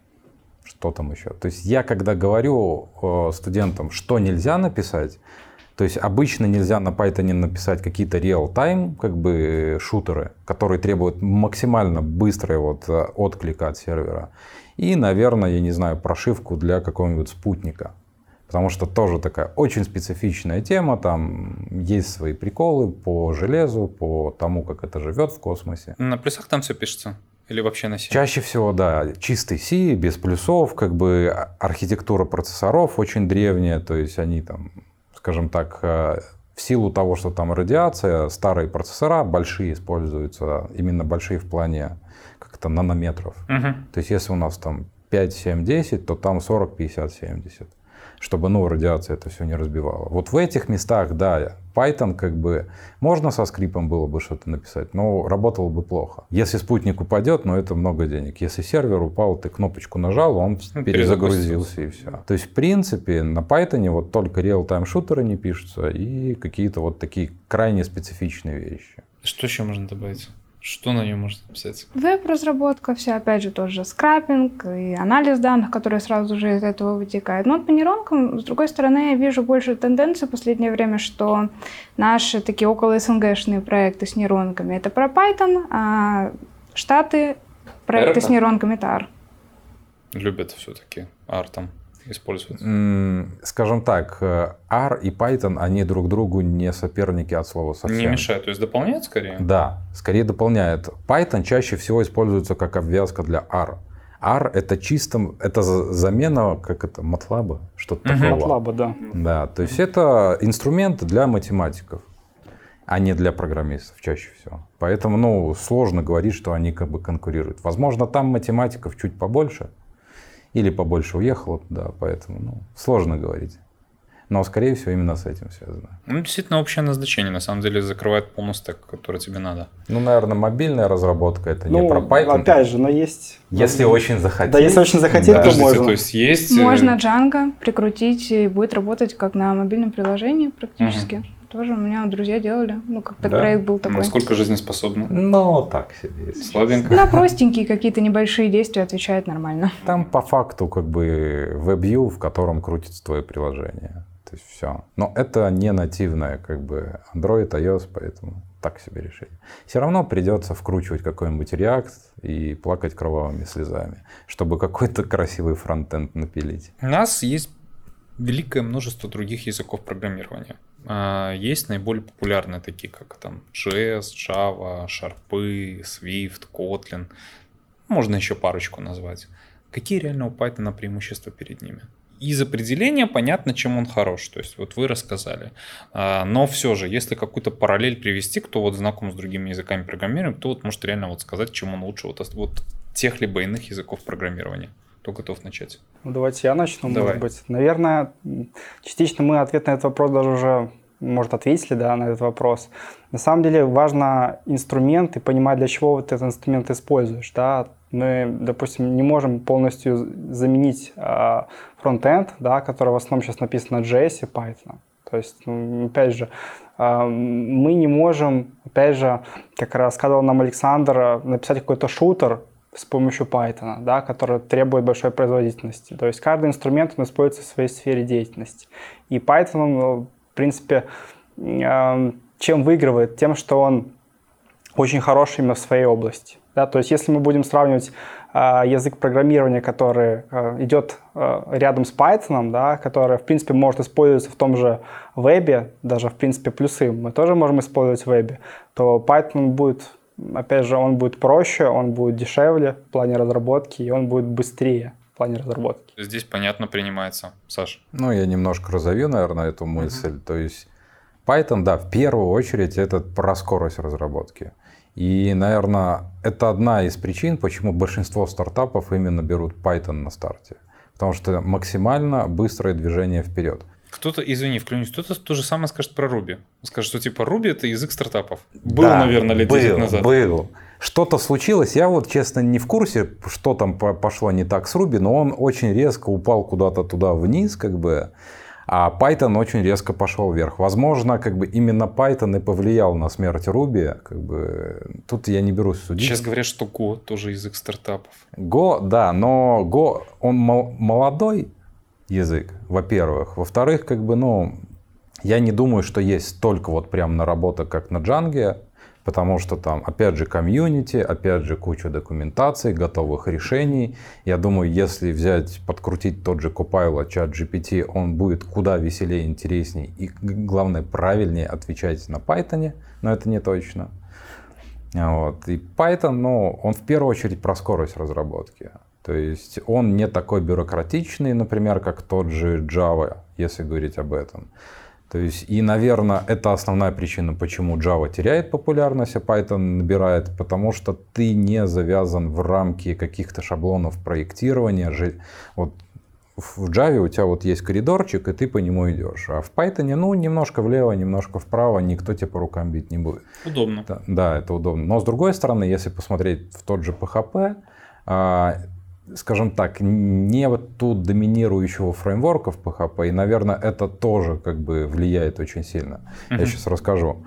Что там еще? То есть я когда говорю э, студентам, что нельзя написать, то есть обычно нельзя на Python написать какие-то real-time как бы шутеры, которые требуют максимально быстрый вот отклик от сервера. И, наверное, я не знаю, прошивку для какого-нибудь спутника. Потому что тоже такая очень специфичная тема, там есть свои приколы по железу, по тому, как это живет в космосе. На плюсах там все пишется? Или вообще на C? Чаще всего, да, чистый C, без плюсов, как бы архитектура процессоров очень древняя, то есть они там, скажем так, в силу того, что там радиация, старые процессора большие используются, именно большие в плане как-то нанометров. Угу. То есть если у нас там пять, семь, десять, то там сорок, пятьдесят, семьдесят. Чтобы, ну, радиация это все не разбивала. Вот в этих местах, да, Python как бы можно со скрипом было бы что-то написать, но работало бы плохо. Если спутник упадет, ну, это много денег. Если сервер упал, ты кнопочку нажал, он Ну, перезагрузился и все. То есть, в принципе, на Python вот только real-time шутеры не пишутся и какие-то вот такие крайне специфичные вещи. Что еще можно добавить? Что на нем можно написать? Веб-разработка, все, опять же, тоже скрапинг и анализ данных, которые сразу же из этого вытекают. Но вот по нейронкам, с другой стороны, я вижу больше тенденцию в последнее время, что наши такие около СНГшные проекты с нейронками — это про Python, а Штаты проекты R? с нейронками — это R. Любят все-таки R там использовать. Скажем так, R и Python, они друг другу не соперники от слова совсем. Не мешают, то есть дополняют скорее? Да, скорее дополняет. Python чаще всего используется как обвязка для R. ар это чисто, это замена, как это, MATLAB, что-то Мгм. такого. MATLAB, да. Да, то есть это инструмент для математиков, а не для программистов чаще всего. Поэтому, ну, сложно говорить, что они как бы конкурируют. Возможно, там математиков чуть побольше, или побольше уехало туда, поэтому, ну, сложно говорить. Но, скорее всего, именно с этим связано. Ну, действительно, общее назначение, на самом деле, закрывает полностью так, который тебе надо. Ну, наверное, мобильная разработка, это не Ну, про Python. опять же, но есть... Если очень захотеть. Да, если очень захотеть, Да. то Подождите, можно. то есть есть... э, Можно Django прикрутить и будет работать как на мобильном приложении практически. Тоже у меня друзья делали. Ну, как-то Да? проект был такой. Насколько жизнеспособно? Ну, так себе. если Слабенько. На простенькие какие-то небольшие действия отвечает нормально. Там по факту как бы веб-вью, в котором крутится твое приложение. То есть все. Но это не нативное как бы Android, iOS, поэтому так себе решение. Все равно придется вкручивать какой-нибудь React и плакать кровавыми слезами, чтобы какой-то красивый фронтенд напилить. У нас есть великое множество других языков программирования. А, Есть наиболее популярные, такие как там джей эс, Java, Sharp, Swift, Kotlin. Можно еще парочку назвать. Какие реально у Python преимущества перед ними? Из определения понятно, чем он хорош. То есть вот вы рассказали. А, Но все же, если какую-то параллель привести, кто вот знаком с другими языками программирования, то вот может реально вот сказать, чем он лучше вот, вот тех либо иных языков программирования. Кто готов начать? Ну, давайте я начну, Давай. может быть. Наверное, частично мы ответ на этот вопрос даже уже, может, ответили, да, на этот вопрос. На самом деле важно инструмент и понимать, для чего вот этот инструмент используешь, да. Мы, допустим, не можем полностью заменить э, фронтенд, да, который в основном сейчас написан на джей эс и Python. То есть, ну, опять же, э, мы не можем, опять же, как рассказывал нам Александр, написать какой-то шутер с помощью Python, да, который требует большой производительности. То есть каждый инструмент он используется в своей сфере деятельности. И Python, ну, в принципе, э, чем выигрывает? Тем, что он очень хороший именно в своей области. Да? То есть если мы будем сравнивать э, язык программирования, который э, идет э, рядом с Python, да, который, в принципе, может использоваться в том же вебе, даже, в принципе, плюсы мы тоже можем использовать в вебе, то Python будет, опять же, он будет проще, он будет дешевле в плане разработки, и он будет быстрее в плане разработки. Здесь понятно принимается. Саша. Ну, я немножко разовью, наверное, эту мысль. Mm-hmm. То есть Python, да, в первую очередь это про скорость разработки. И, наверное, это одна из причин, почему большинство стартапов именно берут Python на старте. Потому что максимально быстрое движение вперед. Кто-то, извини, вклинюсь, кто-то то же самое скажет про Ruby. Скажет, что типа Ruby — это язык стартапов. Было, да, наверное, лет был, десять назад. Был. Что-то случилось, я вот, честно, не в курсе, что там пошло не так с Ruby, но он очень резко упал куда-то туда вниз, как бы, а Python очень резко пошел вверх. Возможно, как бы именно Python и повлиял на смерть Ruby, как бы, тут я не берусь судить. Сейчас говорят, что Go тоже язык стартапов. Go, да, но Go, он молодой язык, во-первых. Во-вторых, как бы, ну, я не думаю, что есть столько вот прям наработок, как на Django, потому что там, опять же, комьюнити, опять же, куча документаций, готовых решений. Я думаю, если взять, подкрутить тот же Copilot, чат джи пи ти, он будет куда веселее, интереснее и, главное, правильнее отвечать на Python, но это не точно. Вот. И Python, ну, он в первую очередь про скорость разработки. То есть он не такой бюрократичный, например, как тот же Java, если говорить об этом. То есть, и, наверное, это основная причина, почему Java теряет популярность, а Python набирает, потому что ты не завязан в рамки каких-то шаблонов проектирования. Вот в Java у тебя вот есть коридорчик, и ты по нему идешь. А в Python, ну, немножко влево, немножко вправо, никто тебя по рукам бить не будет. Удобно. Да, да, это удобно. Но, с другой стороны, если посмотреть в тот же пи эйч пи, скажем так, нету доминирующего фреймворка в пи эйч пи, и, наверное, это тоже как бы влияет очень сильно. Uh-huh. Я сейчас расскажу.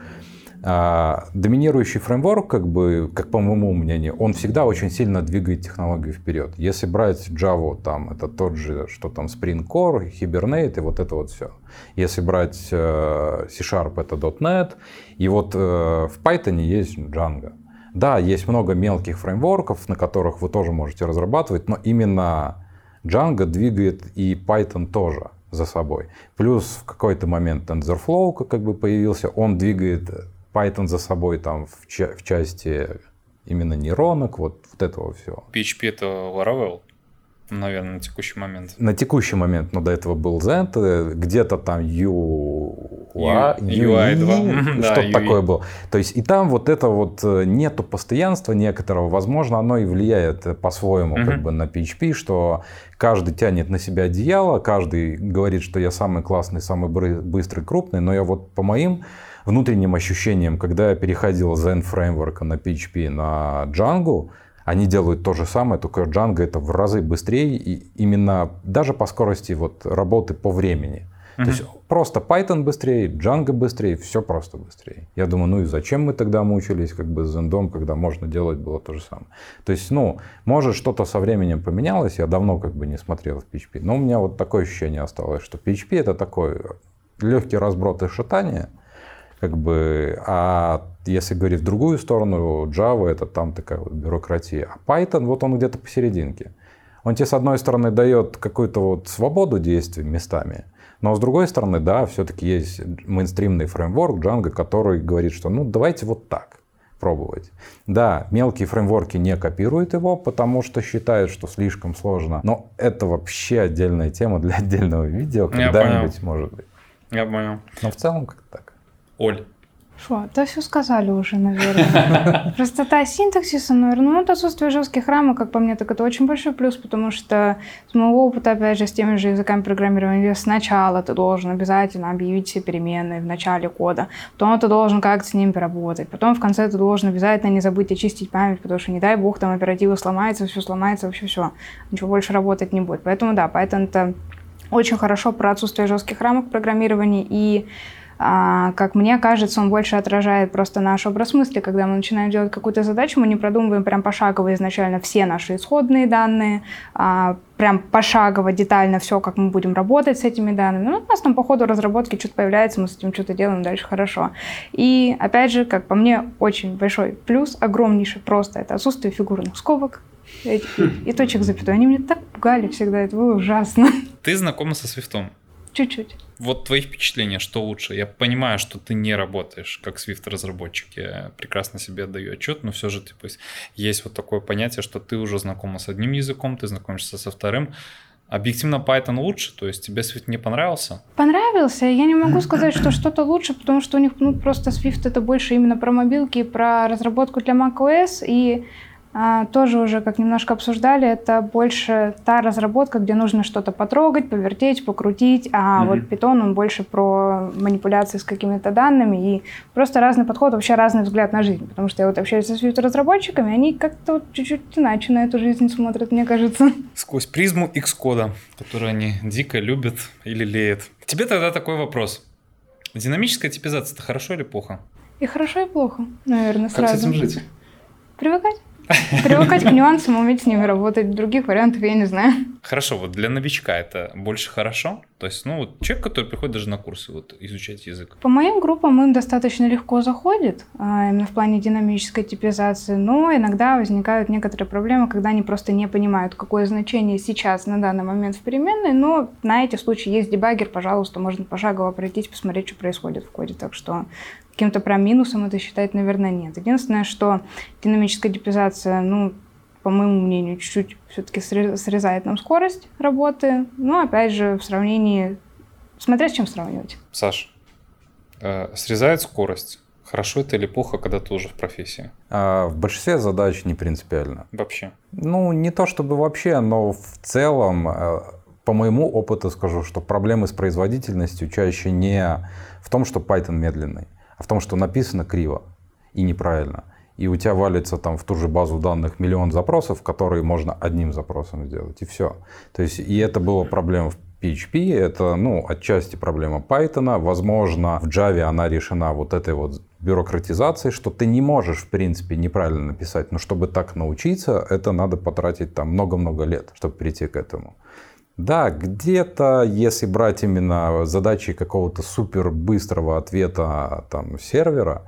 А, доминирующий фреймворк, как бы, как по моему мнению, он всегда очень сильно двигает технологию вперед. Если брать Java, там, это тот же, что там, Spring Core, Hibernate и вот это вот все. Если брать э, C-Sharp, это .дот нет, и вот э, в Python есть Django. Да, есть много мелких фреймворков, на которых вы тоже можете разрабатывать, но именно Django двигает и Python тоже за собой. Плюс в какой-то момент TensorFlow как бы появился, он двигает Python за собой там в, ча- в части именно нейронок, вот, вот этого всего. пи эйч пи это Laravel, наверное, на текущий момент. На текущий момент, но до этого был Zend, где-то там ю ай, ю ай два, что-то да, такое было. То есть и там вот это вот нету постоянства некоторого, возможно, оно и влияет по-своему uh-huh. как бы на пи эйч пи, что каждый тянет на себя одеяло, каждый говорит, что я самый классный, самый быстрый, крупный, но я вот по моим внутренним ощущениям, когда я переходил с Zend фреймворка на пи эйч пи на Django, они делают то же самое, только Django это в разы быстрее, и именно даже по скорости вот работы по времени. Uh-huh. То есть просто Python быстрее, Django быстрее, все просто быстрее. Я думаю, ну и зачем мы тогда мучились как бы с Zend, когда можно делать было то же самое. То есть, ну, может что-то со временем поменялось, я давно как бы не смотрел в пи эйч пи, но у меня вот такое ощущение осталось, что пи эйч пи это такой легкий разброд и шатание, как бы, а если говорить в другую сторону, Java это там такая вот бюрократия. А Python, вот он где-то посерединке. Он тебе, с одной стороны, дает какую-то вот свободу действий местами, но с другой стороны, да, все-таки есть мейнстримный фреймворк Django, который говорит, что ну давайте вот так пробовать. Да, мелкие фреймворки не копируют его, потому что считают, что слишком сложно, но это вообще отдельная тема для отдельного видео, когда-нибудь может быть. Я понял. Но в целом как-то так. Оль. Что, да все сказали уже, наверное. Простота синтаксиса, наверное, ну, вот отсутствие жестких рамок, как по мне, так это очень большой плюс, потому что с моего опыта, опять же, с теми же языками программирования, сначала ты должен обязательно объявить все переменные в начале кода, потом ты должен как-то с ними поработать, потом в конце ты должен обязательно не забыть очистить память, потому что, не дай бог, там оператива сломается, все сломается, вообще все, ничего больше работать не будет. Поэтому, да, Python это очень хорошо про отсутствие жестких рамок программирования, и А, как мне кажется, он больше отражает просто наш образ мысли. Когда мы начинаем делать какую-то задачу, мы не продумываем прям пошагово изначально все наши исходные данные, а, прям пошагово, детально все, как мы будем работать с этими данными. Ну, у нас там по ходу разработки что-то появляется, мы с этим что-то делаем, дальше хорошо. И, опять же, как по мне, очень большой плюс, огромнейший просто, это отсутствие фигурных скобок и, и точек запятой. Они меня так пугали всегда, это было ужасно. Ты знакома со Свифтом? Чуть-чуть. Вот твои впечатления, что лучше? Я понимаю, что ты не работаешь как Swift-разработчик, я прекрасно себе отдаю отчет, но все же типа, есть вот такое понятие, что ты уже знакома с одним языком, ты знакомишься со вторым. Объективно Python лучше? То есть тебе Swift не понравился? Понравился. Я не могу сказать, что что-то лучше, потому что у них ну, просто Swift это больше именно про мобилки, про разработку для macOS, и а, тоже уже, как немножко обсуждали, это больше та разработка, где нужно что-то потрогать, повертеть, покрутить, а mm-hmm. вот Python, он больше про манипуляции с какими-то данными и просто разный подход, вообще разный взгляд на жизнь, потому что я вот общаюсь со Swift-разработчиками, они как-то вот чуть-чуть иначе на эту жизнь смотрят, мне кажется. Сквозь призму Xcode, который они дико любят и лелеют. Тебе тогда такой вопрос. Динамическая типизация – это хорошо или плохо? И хорошо, и плохо, наверное, сразу. Как с этим жить? Привыкать. Привыкать к нюансам, уметь с ними работать. Других вариантов я не знаю. Хорошо, вот для новичка это больше хорошо? То есть, ну, вот человек, который приходит даже на курсы вот, изучать язык. По моим группам им достаточно легко заходит, именно в плане динамической типизации, но иногда возникают некоторые проблемы, когда они просто не понимают, какое значение сейчас на данный момент в переменной, но на эти случаи есть дебаггер, пожалуйста, можно пошагово пройтись, посмотреть, что происходит в коде. Так что каким-то прям минусом это считать, наверное, нет. Единственное, что динамическая типизация, ну, по моему мнению, чуть-чуть все-таки срезает нам скорость работы. Но, опять же, в сравнении... Смотря с чем сравнивать. Саш, э, срезает скорость. Хорошо это или плохо, когда ты уже в профессии? А в большинстве задач не принципиально. Вообще? Ну, не то чтобы вообще, но в целом... По моему опыту скажу, что проблемы с производительностью чаще не в том, что Python медленный, а в том, что написано криво и неправильно. И у тебя валится там в ту же базу данных миллион запросов, которые можно одним запросом сделать, и все. То есть, и это была проблема в пи эйч пи, это, ну, отчасти проблема Python. Возможно, в Java она решена вот этой вот бюрократизацией, что ты не можешь, в принципе, неправильно написать. Но чтобы так научиться, это надо потратить там много-много лет, чтобы прийти к этому. Да, где-то, если брать именно задачи какого-то супер быстрого ответа там, сервера,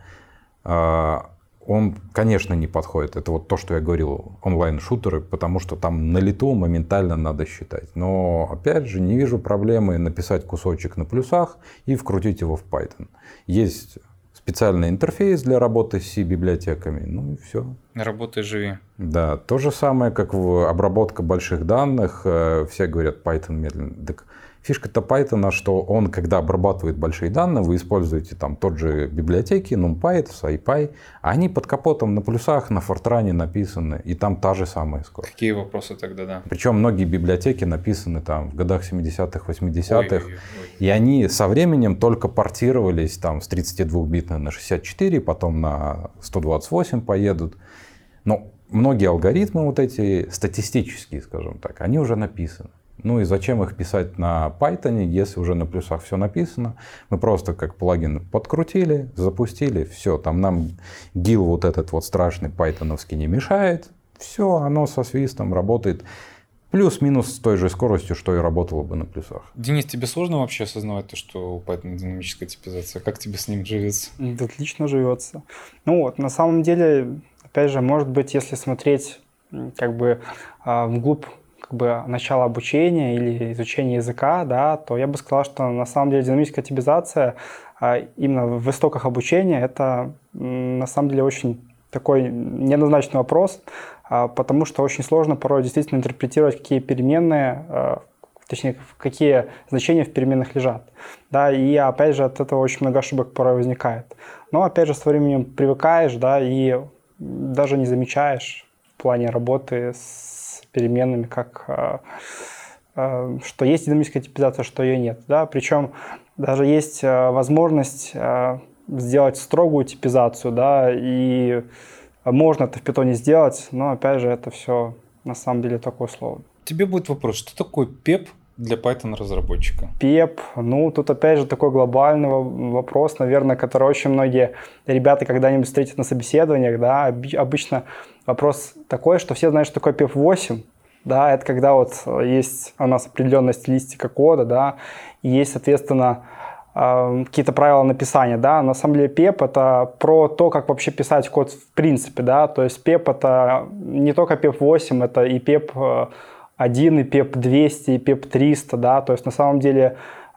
он, конечно, не подходит. Это вот то, что я говорил, онлайн-шутеры, потому что там на лету моментально надо считать. Но, опять же, не вижу проблемы написать кусочек на плюсах и вкрутить его в Python. Есть специальный интерфейс для работы с C-библиотеками, ну и все. Работай, живи. Да, то же самое, как в обработка больших данных. Все говорят, Python медленно. Так фишка-то Python, что он, когда обрабатывает большие данные, вы используете там тот же библиотеки, NumPy, SciPy, а они под капотом на плюсах, на Fortran написаны, и там та же самая скорость. Какие вопросы тогда, да? Причем многие библиотеки написаны там в годах семидесятых, восьмидесятых, Ой-ой-ой. и они со временем только портировались там с тридцатидвухбитной на шестьдесят четыре, потом на сто двадцать восемь поедут. Но многие алгоритмы вот эти статистические, скажем так, они уже написаны. Ну и зачем их писать на Python, если уже на плюсах все написано? Мы просто как плагин подкрутили, запустили, все. Там нам гил вот этот вот страшный пайтоновский не мешает. Все, оно со свистом работает. Плюс-минус с той же скоростью, что и работало бы на плюсах. Денис, тебе сложно вообще осознавать то, что у Python динамическая типизация? Как тебе с ним живется? Да, отлично живется. Ну вот, на самом деле, опять же, может быть, если смотреть как бы вглубь как бы начала обучения или изучения языка, да, то я бы сказал, что на самом деле динамическая типизация именно в истоках обучения это на самом деле очень такой неоднозначный вопрос, потому что очень сложно порой действительно интерпретировать, какие переменные, точнее, какие значения в переменных лежат. Да, и опять же от этого очень много ошибок порой возникает. Но опять же со временем привыкаешь, да, и даже не замечаешь в плане работы с переменными, как что есть динамическая типизация, что ее нет. Да? Причем даже есть возможность сделать строгую типизацию, да, и можно это в Python сделать, но опять же это все на самом деле такое слово. Тебе будет вопрос, что такое пеп для Python разработчика? пеп, ну тут опять же такой глобальный вопрос, наверное, который очень многие ребята когда-нибудь встретят на собеседованиях, да, обычно вопрос такой, что все знают, что такое пеп восемь, да, это когда вот есть у нас определенная стилистика кода, да, и есть, соответственно, какие-то правила написания, да, на самом деле пеп это про то, как вообще писать код в принципе, да, то есть пеп это не только пеп восемь, это и пеп один, и пеп двести, и пеп триста, да, то есть на самом деле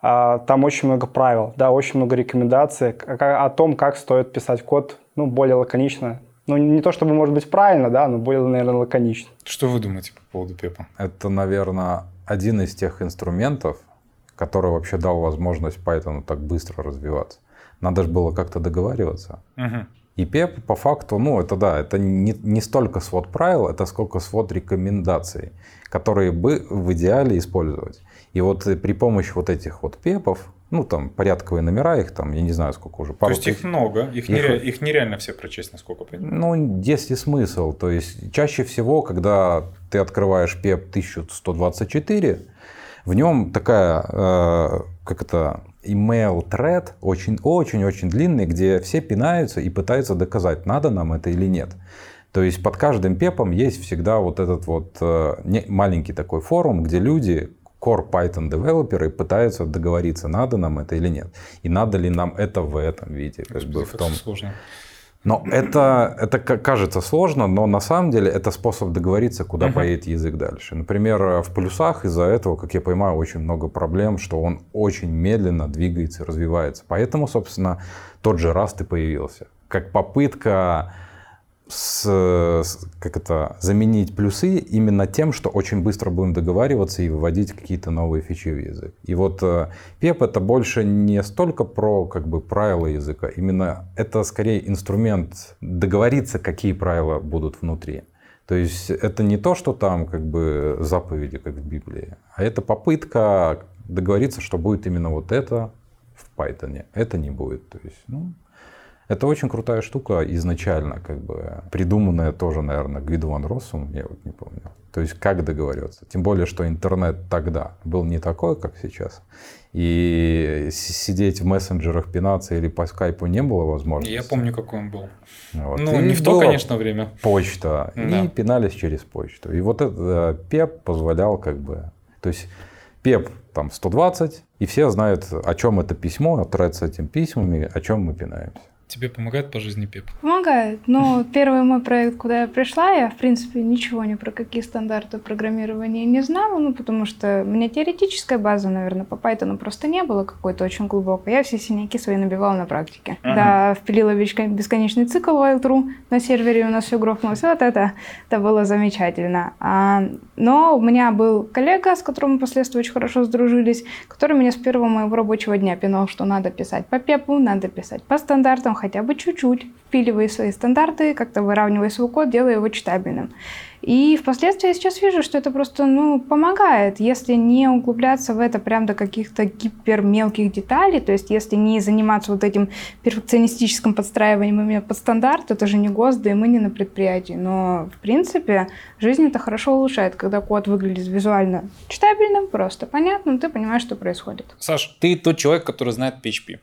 там очень много правил, да, очень много рекомендаций о том, как стоит писать код, ну, более лаконично. Ну, не то чтобы, может быть, правильно, да, но более, наверное, лаконично. Что вы думаете по поводу пепа? Это, наверное, один из тех инструментов, который вообще дал возможность Python так быстро развиваться. Надо же было как-то договариваться. Угу. И пеп, по факту, ну, это да, это не, не столько свод правил, это сколько свод рекомендаций, которые бы в идеале использовать. И вот при помощи вот этих вот пепов, ну, там, порядковые номера, их там, я не знаю, сколько уже. То есть их много, их, их... Нере... их нереально все прочесть, насколько понимаю. Ну, есть и смысл. То есть чаще всего, когда ты открываешь пеп тысяча сто двадцать четыре, в нем такая, э, как это, email thread, очень-очень-очень длинный, где все пинаются и пытаются доказать, надо нам это или нет. То есть под каждым пепом есть всегда вот этот вот э, не, маленький такой форум, где люди, core Python девелоперы, пытаются договориться, надо нам это или нет. И надо ли нам это в этом виде. Как бы, в том... Сложно. Но это, это кажется сложно, но на самом деле это способ договориться, куда uh-huh. поедет язык дальше. Например, в плюсах из-за этого, как я понимаю, очень много проблем, что он очень медленно двигается, развивается. Поэтому, собственно, тот же Rust и появился. Как попытка с, с, как это, заменить плюсы именно тем, что очень быстро будем договариваться и выводить какие-то новые фичи в язык. И вот пеп это больше не столько про как бы, правила языка, именно это скорее инструмент договориться, какие правила будут внутри. То есть это не то, что там как бы заповеди, как в Библии, а это попытка договориться, что будет именно вот это в Python, это не будет. То есть, ну, это очень крутая штука изначально, как бы придуманная тоже, наверное, Гвидо ван Россум, я вот не помню. То есть как договориться. Тем более, что интернет тогда был не такой, как сейчас. И сидеть в мессенджерах, пинаться или по скайпу не было возможности. Я помню, какой он был. Вот. Ну, и не в то, конечно, время. Почта. Да. И пинались через почту. И вот этот пеп позволял как бы... То есть пеп там сто двадцать, и все знают, о чем это письмо, тред с этими письмами, о чем мы пинаемся. Тебе помогает по жизни пеп? Помогает. Но первый мой проект, куда я пришла, я, в принципе, ничего ни про какие стандарты программирования не знала, ну, потому что у меня теоретическая база, наверное, по Python просто не было какой-то очень глубокой. Я все синяки свои набивала на практике. Uh-huh. Да, впилила бесконечный цикл while true на сервере, и у нас все грохнулось. Вот это, это было замечательно. А, но у меня был коллега, с которым мы впоследствии очень хорошо сдружились, который меня с первого моего рабочего дня пинал, что надо писать по пепу, надо писать по стандартам, хотя бы чуть-чуть, впиливая свои стандарты, как-то выравнивая свой код, делая его читабельным. И впоследствии я сейчас вижу, что это просто ну, помогает, если не углубляться в это прям до каких-то гипер мелких деталей, то есть если не заниматься вот этим перфекционистическим подстраиванием именно под стандарт, это же не ГОСТ, да и мы не на предприятии. Но, в принципе, жизнь это хорошо улучшает, когда код выглядит визуально читабельным, просто понятным, ты понимаешь, что происходит. Саш, ты тот человек, который знает пи эйч пи.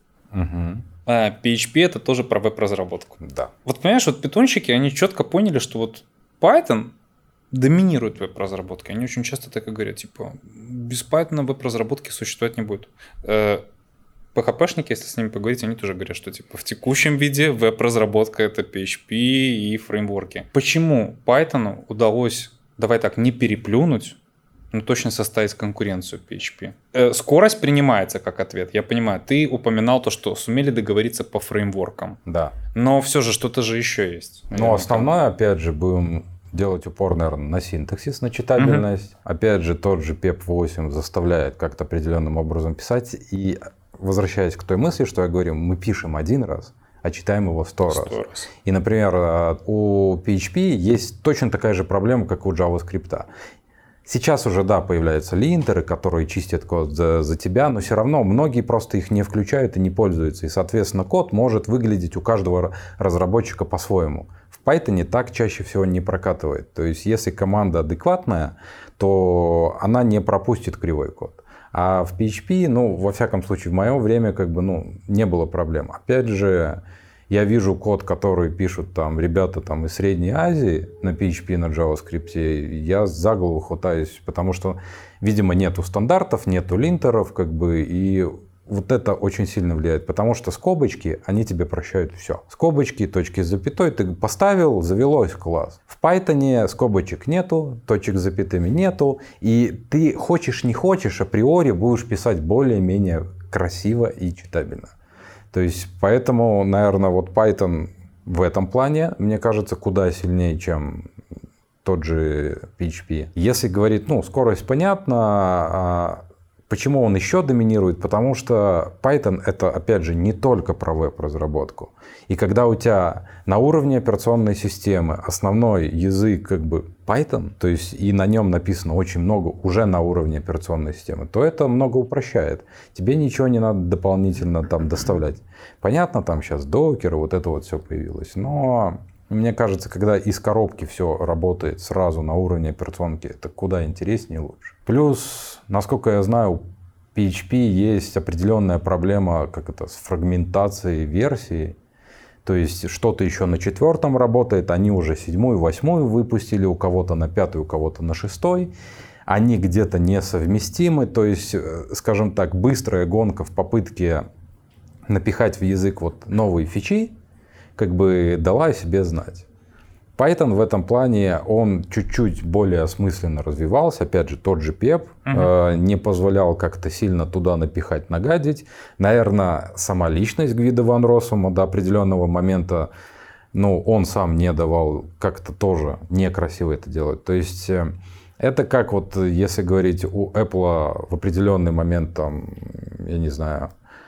Угу. А пи эйч пи это тоже про веб-разработку. Да. Вот понимаешь, вот питончики, они четко поняли, что вот Python доминирует в веб-разработке. Они очень часто так и говорят, типа, без Python веб-разработки существовать не будет. пи эйч пи-шники, если с ними поговорить, они тоже говорят, что типа в текущем виде веб-разработка это пи эйч пи и фреймворки. Почему Python удалось, давай так, не переплюнуть, но точно составить конкуренцию пи эйч пи? Э, скорость принимается как ответ. Я понимаю, ты упоминал то, что сумели договориться по фреймворкам. Да. Но все же что-то же еще есть. Наверняка. Но основное, опять же, будем делать упор, наверное, на синтаксис, на читабельность. Угу. Опять же, тот же пеп восемь заставляет как-то определенным образом писать. И возвращаясь к той мысли, что я говорю, мы пишем один раз, а читаем его сто раз. раз. И, например, у пи эйч пи есть точно такая же проблема, как у JavaScript. Сейчас уже, да, появляются линтеры, которые чистят код за, за тебя, но все равно многие просто их не включают и не пользуются. И, соответственно, код может выглядеть у каждого разработчика по-своему. В Python так чаще всего не прокатывает. То есть, если команда адекватная, то она не пропустит кривой код. А в пи эйч пи, ну, во всяком случае, в мое время, как бы, ну, не было проблем. Опять же, я вижу код, который пишут там ребята там, из Средней Азии на пи эйч пи, на JavaScript, я за голову хватаюсь, потому что, видимо, нету стандартов, нету линтеров, как бы, и вот это очень сильно влияет, потому что скобочки, они тебе прощают все. Скобочки, точки с запятой, ты поставил, завелось, класс. В Python скобочек нету, точек с запятыми нету, и ты хочешь не хочешь, априори будешь писать более-менее красиво и читабельно. То есть, поэтому, наверное, вот Python в этом плане, мне кажется, куда сильнее, чем тот же пи эйч пи. Если говорить, ну, скорость понятна, почему он еще доминирует? Потому что Python это, опять же, не только про веб-разработку. И когда у тебя на уровне операционной системы основной язык как бы Python, то есть и на нем написано очень много уже на уровне операционной системы, то это много упрощает. Тебе ничего не надо дополнительно там доставлять. Понятно, там сейчас докер, вот это вот все появилось, но мне кажется, когда из коробки все работает сразу на уровне операционки, это куда интереснее и лучше. Плюс, насколько я знаю, у пи эйч пи есть определенная проблема, как это, с фрагментацией версий. То есть что-то еще на четвертом работает, они уже седьмую, восьмую выпустили, у кого-то на пятую, у кого-то на шестой. Они где-то несовместимы, то есть, скажем так, быстрая гонка в попытке напихать в язык вот новые фичи, как бы дала о себе знать. Python в этом плане, он чуть-чуть более осмысленно развивался. Опять же, тот же пеп uh-huh. э, не позволял как-то сильно туда напихать, нагадить. Наверное, сама личность Гвида ван Россума до определенного момента, ну, он сам не давал как-то тоже некрасиво это делать. То есть, э, это как вот, если говорить, у Apple в определенный момент, там, я не знаю,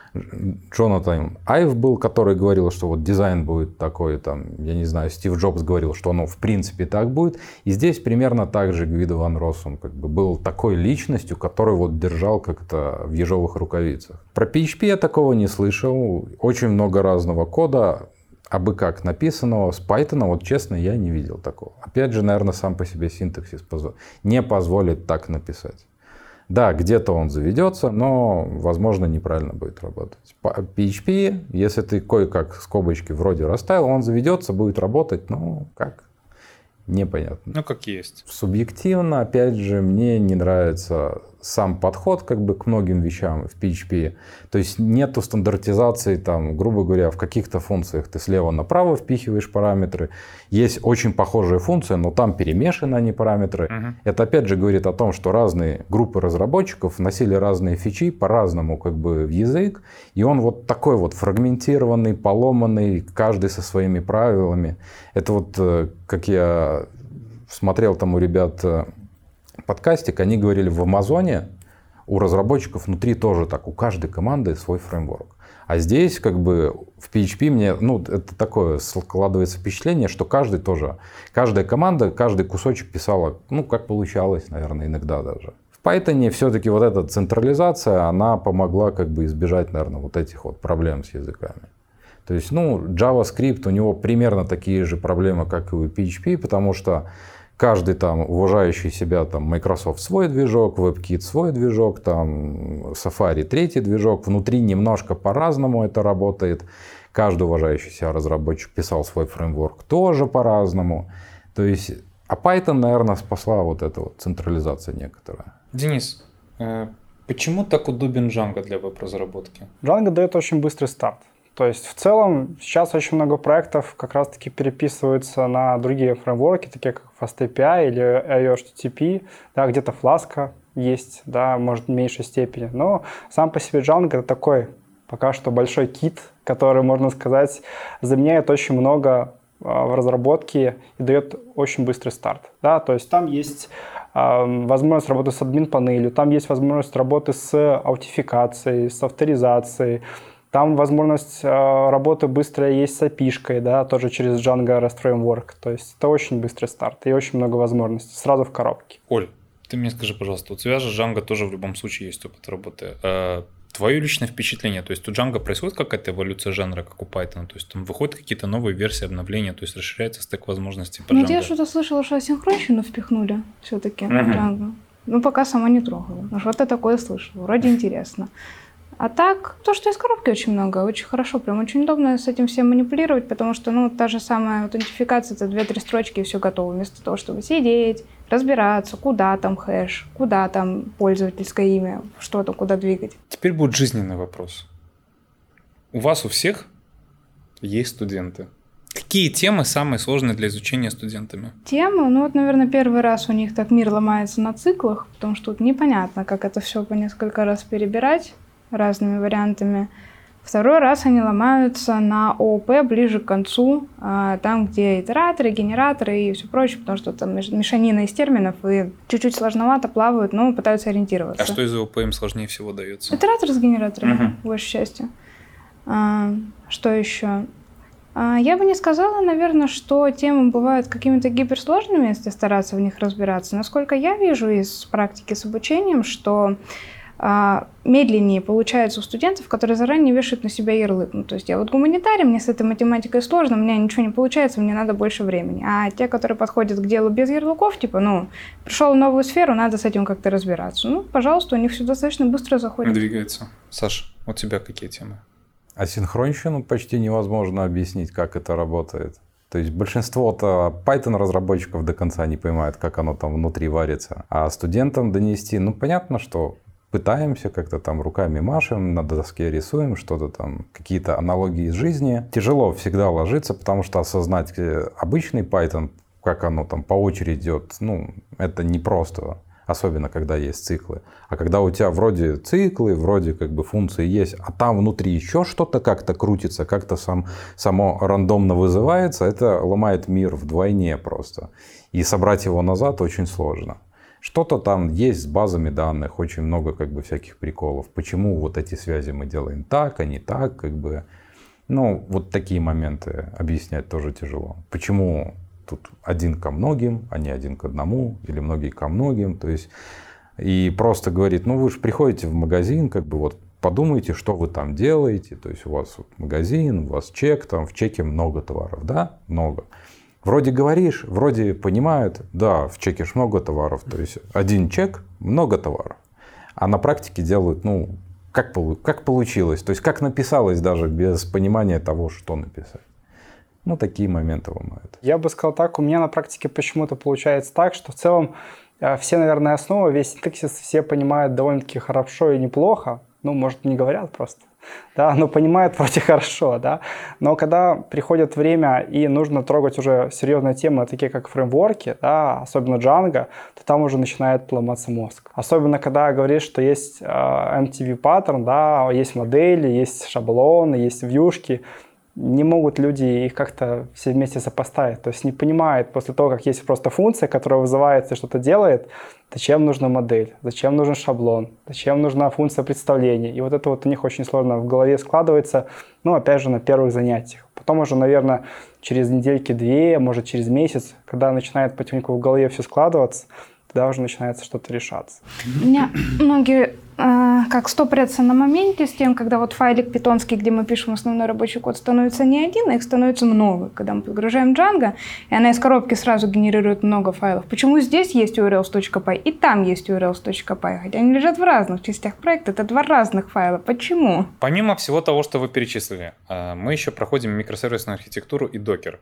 Джонатан Айв был, который говорил, что вот дизайн будет такой, там, я не знаю, Стив Джобс говорил, что оно в принципе так будет. И здесь примерно так же Гвидо ван Россум как бы был такой личностью, который вот держал как-то в ежовых рукавицах. Про пи эйч пи я такого не слышал. Очень много разного кода, абы как написанного. С Python, вот честно, я не видел такого. Опять же, наверное, сам по себе синтаксис не позволит так написать. Да, где-то он заведется, но, возможно, неправильно будет работать. пи эйч пи, если ты кое-как скобочки вроде расставил, он заведется, будет работать, ну, как? Непонятно. Ну, как есть. Субъективно, опять же, мне не нравится сам подход как бы к многим вещам в пи эйч пи. То есть нету стандартизации, там, грубо говоря, в каких-то функциях ты слева направо впихиваешь параметры. Есть очень похожие функции, но там перемешаны они параметры. Uh-huh. Это опять же говорит о том, что разные группы разработчиков вносили разные фичи по-разному как бы в язык. И он вот такой вот фрагментированный, поломанный, каждый со своими правилами. Это вот, как я смотрел там у ребят подкастик, они говорили, в Амазоне у разработчиков внутри тоже так, у каждой команды свой фреймворк. А здесь как бы в пи эйч пи мне, ну, это такое складывается впечатление, что каждый тоже, каждая команда, каждый кусочек писала, ну, как получалось, наверное, иногда даже. В Python все-таки вот эта централизация, она помогла как бы избежать, наверное, вот этих вот проблем с языками. То есть, ну, JavaScript, у него примерно такие же проблемы, как и у пи эйч пи, потому что каждый там уважающий себя, там, Microsoft свой движок, WebKit свой движок, там, Safari третий движок. Внутри немножко по-разному это работает. Каждый уважающий себя разработчик писал свой фреймворк тоже по-разному. То есть, а Python, наверное, спасла вот эта вот централизация некоторая. Денис, почему так удобен Django для веб-разработки? Django дает очень быстрый старт. То есть в целом сейчас очень много проектов как раз-таки переписываются на другие фреймворки, такие как FastAPI или ай о эйч ти ти пи, да, где-то Flask есть, да, может в меньшей степени. Но сам по себе Django это такой пока что большой кит, который, можно сказать, заменяет очень много в разработке и дает очень быстрый старт. Да? То есть там есть э, возможность работы с админ-панелью, там есть возможность работы с аутентификацией, с авторизацией. Там возможность э, работы быстрая есть с эй пи ай-шкой, да, тоже через Django REST Framework. То есть это очень быстрый старт и очень много возможностей сразу в коробке. Оль, ты мне скажи, пожалуйста, у тебя же Django тоже в любом случае есть опыт работы. А твое личное впечатление, то есть у Django происходит какая-то эволюция жанра, как у Python? То есть там выходят какие-то новые версии, обновления, то есть расширяется стек возможностей по Django? Ну, я что-то слышала, что асинхронщину впихнули все-таки в Django. Ну, пока сама не трогала. Но что-то такое слышала. Вроде интересно. А так, то, что из коробки очень много, очень хорошо, прям очень удобно с этим всем манипулировать, потому что, ну, та же самая аутентификация, это две-три строчки и все готово, вместо того, чтобы сидеть, разбираться, куда там хэш, куда там пользовательское имя, что-то, куда двигать. Теперь будет жизненный вопрос. У вас у всех есть студенты. Какие темы самые сложные для изучения студентами? Темы? Ну вот, наверное, первый раз у них так мир ломается на циклах, потому что тут непонятно, как это все по несколько раз перебирать разными вариантами. Второй раз они ломаются на ООП ближе к концу, там, где итераторы, генераторы и все прочее, потому что там мешанина из терминов и чуть-чуть сложновато плавают, но пытаются ориентироваться. А что из ООП им сложнее всего дается? Итератор с генераторами, угу. в большей части. А, что еще? А, я бы не сказала, наверное, что темы бывают какими-то гиперсложными, если стараться в них разбираться. Насколько я вижу из практики с обучением, что медленнее получается у студентов, которые заранее вешают на себя ярлык. Ну, то есть я вот гуманитарий, мне с этой математикой сложно, у меня ничего не получается, мне надо больше времени. А те, которые подходят к делу без ярлыков, типа, ну, пришел в новую сферу, надо с этим как-то разбираться. Ну, пожалуйста, у них все достаточно быстро заходит. Двигается. Саш, у тебя какие темы? Асинхронщину почти невозможно объяснить, как это работает. То есть большинство-то Python-разработчиков до конца не понимают, как оно там внутри варится. А студентам донести, ну, понятно, что пытаемся, как-то там руками машем, на доске рисуем, что-то там, какие-то аналогии из жизни. Тяжело всегда ложиться, потому что осознать обычный Python, как оно там по очереди идет, ну, это непросто. Особенно, когда есть циклы. А когда у тебя вроде циклы, вроде как бы функции есть, а там внутри еще что-то как-то крутится, как-то сам, само рандомно вызывается, это ломает мир вдвойне просто. И собрать его назад очень сложно. Что-то там есть с базами данных, очень много как бы всяких приколов. Почему вот эти связи мы делаем так, а не так, как бы. Ну, вот такие моменты объяснять тоже тяжело. Почему тут один ко многим, а не один к одному, или многие ко многим. То есть, и просто говорит, ну вы же приходите в магазин, как бы вот подумайте, что вы там делаете. То есть у вас вот магазин, у вас чек, там в чеке много товаров, да? Много. Вроде говоришь, вроде понимают, да, в чеке ж много товаров, то есть один чек, много товаров. А на практике делают, ну, как, как получилось, то есть как написалось даже без понимания того, что написать. Ну, такие моменты ломают. Я бы сказал так, у меня на практике почему-то получается так, что в целом все, наверное, основы, весь синтаксис все понимают довольно-таки хорошо и неплохо. Ну, может, не говорят просто. Да, но понимают вроде хорошо, да. Но когда приходит время и нужно трогать уже серьезные темы, такие как фреймворки, да, особенно Django, то там уже начинает ломаться мозг. Особенно когда говоришь, что есть э, эм ти ви-паттерн, да, есть модели, есть шаблоны, есть вьюшки. Не могут люди их как-то все вместе сопоставить. То есть не понимают после того, как есть просто функция, которая вызывается и что-то делает, зачем нужна модель, зачем нужен шаблон, зачем нужна функция представления. И вот это вот у них очень сложно в голове складывается, ну, опять же, на первых занятиях. Потом уже, наверное, через недельки-две, может, через месяц, когда начинает потихоньку в голове все складываться, тогда уже начинается что-то решаться. У меня многие э, как стопорятся на моменте с тем, когда вот файлик питонский, где мы пишем основной рабочий код, становится не один, а их становится много. Когда мы подгружаем Django, и она из коробки сразу генерирует много файлов. Почему здесь есть urls.py и там есть urls.py, хотя они лежат в разных частях проекта, это два разных файла. Почему? Помимо всего того, что вы перечислили, мы еще проходим микросервисную архитектуру и докер.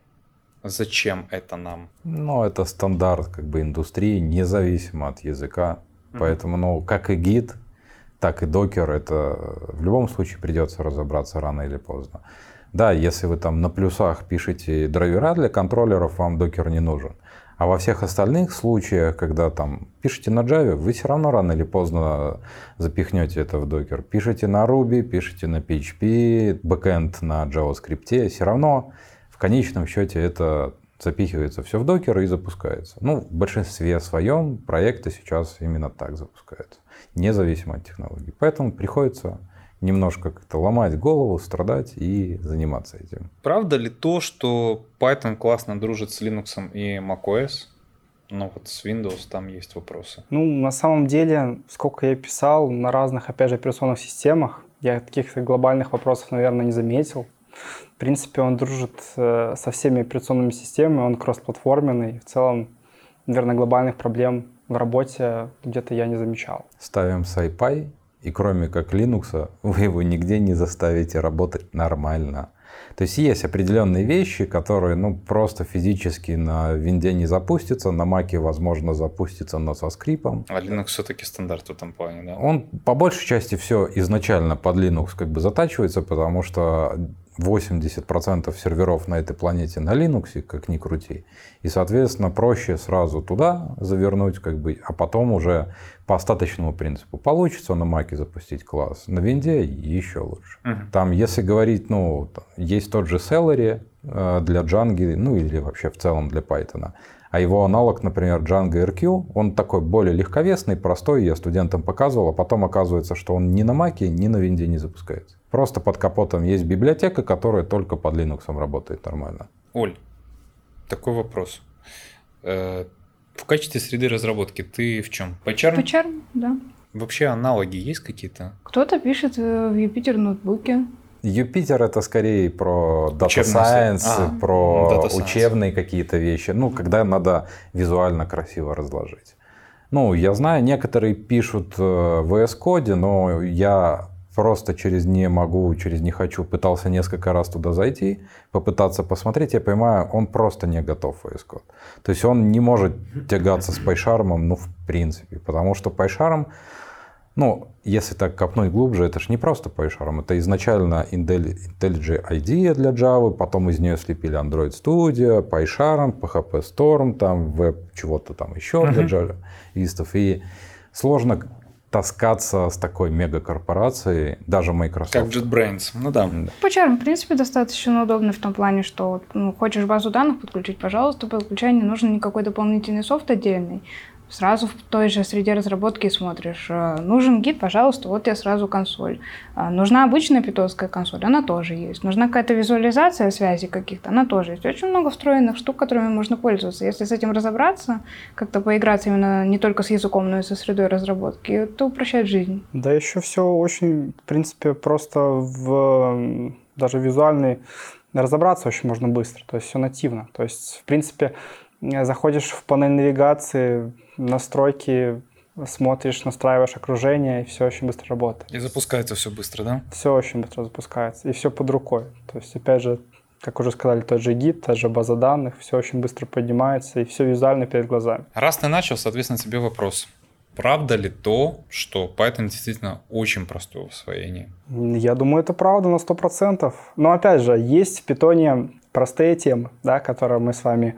Зачем это нам? Ну, это стандарт как бы индустрии, независимо от языка. Mm-hmm. Поэтому, ну, как и гид, так и докер, это в любом случае придется разобраться рано или поздно. Да, если вы там на плюсах пишете драйвера для контроллеров, вам докер не нужен. А во всех остальных случаях, когда там пишете на Java, вы все равно рано или поздно запихнете это в докер. Пишете на Ruby, пишете на пи эйч пи, бэкэнд на JavaScript, все равно в конечном счете это запихивается все в докер и запускается. Ну, в большинстве своем проекты сейчас именно так запускаются, независимо от технологий. Поэтому приходится немножко как-то ломать голову, страдать и заниматься этим. Правда ли то, что Python классно дружит с Linux и macOS, но вот с Windows там есть вопросы? Ну, на самом деле, сколько я писал на разных, опять же, операционных системах, я каких-то глобальных вопросов, наверное, не заметил. В принципе, он дружит э, со всеми операционными системами, он кроссплатформенный. В целом, наверное, глобальных проблем в работе где-то я не замечал. Ставим SciPy, и кроме как Linux, вы его нигде не заставите работать нормально. То есть есть определенные вещи, которые ну, просто физически на винде не запустятся, на Маке, возможно, запустится, но со скрипом. А Linux все-таки стандарт в этом плане, да? Он по большей части все изначально под Linux как бы затачивается, потому что восемьдесят процентов серверов на этой планете на Linux, как ни крути. И, соответственно, проще сразу туда завернуть, как бы, а потом уже по остаточному принципу. Получится на Маке запустить класс, на винде еще лучше. Uh-huh. Там, если говорить, ну, есть тот же Celery для Django, ну или вообще в целом для Python. А его аналог, например, Django эр кью, он такой более легковесный, простой, я студентам показывал, а потом оказывается, что он ни на Маке, ни на винде не запускается. Просто под капотом есть библиотека, которая только под Linux работает нормально. Оль, такой вопрос. В качестве среды разработки ты в чем? PyCharm? PyCharm, да. Вообще аналоги есть какие-то? Кто-то пишет в Юпитер ноутбуке. Юпитер это скорее про Data Science, а, про Data Science. Учебные какие-то вещи, ну, когда надо визуально красиво разложить. Ну, я знаю, некоторые пишут в ви эс Code, но я просто через не могу, через не хочу, пытался несколько раз туда зайти, попытаться посмотреть, я понимаю, он просто не готов в ви эс Code. То есть он не может тягаться с PyCharm, ну, в принципе, потому что PyCharm, ну, если так копнуть глубже, это же не просто PyCharm, это изначально IntelliJ ай ди для Java, потом из нее слепили Android Studio, PyCharm, пи эйч пи Storm, там, веб, чего-то там еще uh-huh. для джавистов, и сложно таскаться с такой мегакорпорацией, даже Microsoft. Как JetBrains, ну да. PyCharm, в принципе, достаточно удобный в том плане, что ну, хочешь базу данных подключить, пожалуйста, подключай, не нужен никакой дополнительный софт отдельный. Сразу в той же среде разработки смотришь. Нужен гид, пожалуйста, вот тебе сразу консоль. Нужна обычная питонская консоль, она тоже есть. Нужна какая-то визуализация связей каких-то, она тоже есть. Очень много встроенных штук, которыми можно пользоваться. Если с этим разобраться, как-то поиграться именно не только с языком, но и со средой разработки, это упрощает жизнь. Да еще все очень, в принципе, просто в даже визуальной разобраться очень можно быстро. То есть все нативно. То есть, в принципе, заходишь в панель навигации, настройки, смотришь, настраиваешь окружение, и все очень быстро работает. И запускается все быстро, да? Все очень быстро запускается, и все под рукой. То есть, опять же, как уже сказали, тот же гид, та же база данных, все очень быстро поднимается и все визуально перед глазами. Раз ты начал, соответственно, тебе вопрос. Правда ли то, что Python действительно очень простой в освоении? Я думаю, это правда на сто процентов. Но опять же, есть в Python простые темы, да, которые мы с вами,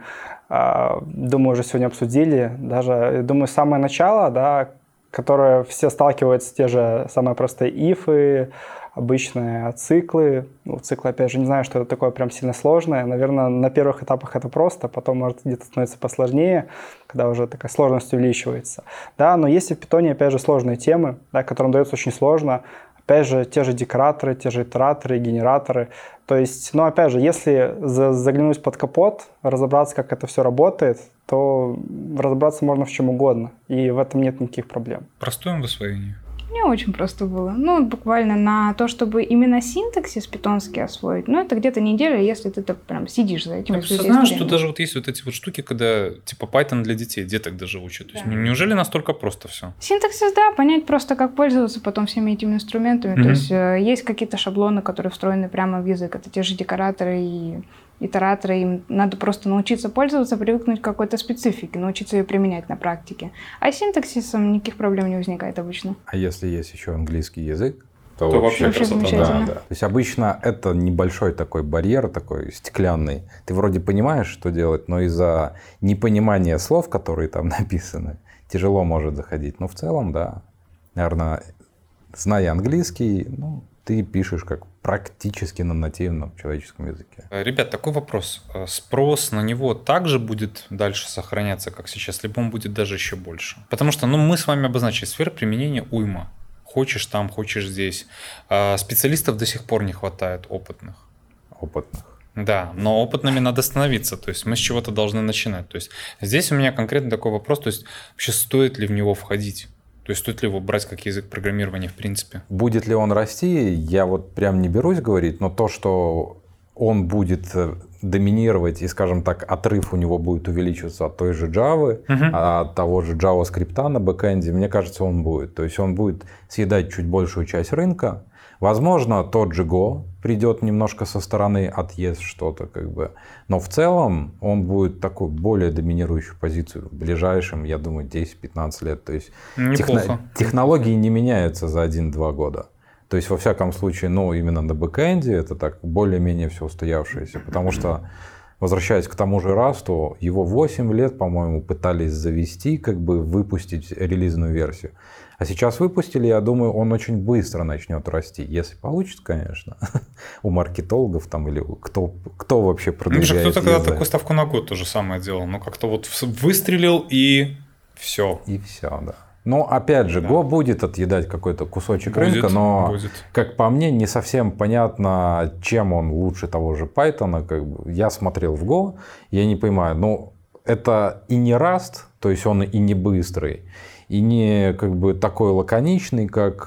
думаю, уже сегодня обсудили. Даже, думаю, самое начало, да, которое все сталкиваются, те же самые простые ифы, обычные циклы. Ну, циклы, опять же, не знаю, что это такое прям сильно сложное. Наверное, на первых этапах это просто, потом, может, где-то становится посложнее, когда уже такая сложность увеличивается. Да, но есть и в Python, опять же, сложные темы, да, которым дается очень сложно. Опять же, те же декораторы, те же итераторы, генераторы. То есть, ну, опять же, если заглянуть под капот, разобраться, как это все работает, то разобраться можно в чем угодно. И в этом нет никаких проблем. Простое в освоении? Мне очень просто было. Ну, буквально на то, чтобы именно синтаксис питонский освоить, ну, это где-то неделя, если ты так прям сидишь за этим. Я знаю, что даже вот есть вот эти вот штуки, когда типа Python для детей, деток даже учат. То есть, да. Неужели настолько просто все? Синтаксис, да, понять просто, как пользоваться потом всеми этими инструментами. Mm-hmm. То есть э, есть какие-то шаблоны, которые встроены прямо в язык. Это те же декораторы и итераторы, им надо просто научиться пользоваться, привыкнуть к какой-то специфике, научиться ее применять на практике. А с синтаксисом никаких проблем не возникает обычно. А если есть еще английский язык, то, то вообще, вообще замечательно. Да, да. То есть обычно это небольшой такой барьер, такой стеклянный. Ты вроде понимаешь, что делать, но из-за непонимания слов, которые там написаны, тяжело может заходить. Но в целом, да, наверное, зная английский, ну, ты пишешь как практически на нативном человеческом языке. Ребят, такой вопрос. Спрос на него также будет дальше сохраняться, как сейчас, либо он будет даже еще больше? Потому что, ну, мы с вами обозначили сферу применения уйма. Хочешь там, хочешь здесь. Специалистов до сих пор не хватает опытных. Опытных. Да, но опытными надо становиться, то есть мы с чего-то должны начинать. То есть здесь у меня конкретно такой вопрос, то есть вообще стоит ли в него входить? То есть стоит ли его брать как язык программирования в принципе? Будет ли он расти, я вот прям не берусь говорить, но то, что он будет доминировать и, скажем так, отрыв у него будет увеличиваться от той же Java, uh-huh. от того же JavaScript на бэкэнде, мне кажется, он будет. То есть он будет съедать чуть большую часть рынка. Возможно, тот же Go придет немножко со стороны, отъест что-то, как бы. Но в целом он будет такую более доминирующую позицию в ближайшем, я думаю, десять-пятнадцать лет. То есть техно- технологии не меняются за один-два года. То есть, во всяком случае, ну, именно на бэкэнде это так более-менее все устоявшееся. Потому что, возвращаясь к тому же Rust, его восемь лет, по-моему, пытались завести, как бы выпустить релизную версию. А сейчас выпустили, я думаю, он очень быстро начнет расти. Если получится, конечно. У маркетологов там или кто, кто вообще продвигает. Ну, кто-то когда такую ставку на год то же самое делал. Но как-то вот выстрелил и все. И все, да. Но опять же, да. Go будет отъедать какой-то кусочек будет, рынка, но, будет. Как по мне, не совсем понятно, чем он лучше того же Python. Как бы я смотрел в Go, я не понимаю, ну, это и не Rust, то есть он и не быстрый, и не как бы такой лаконичный, как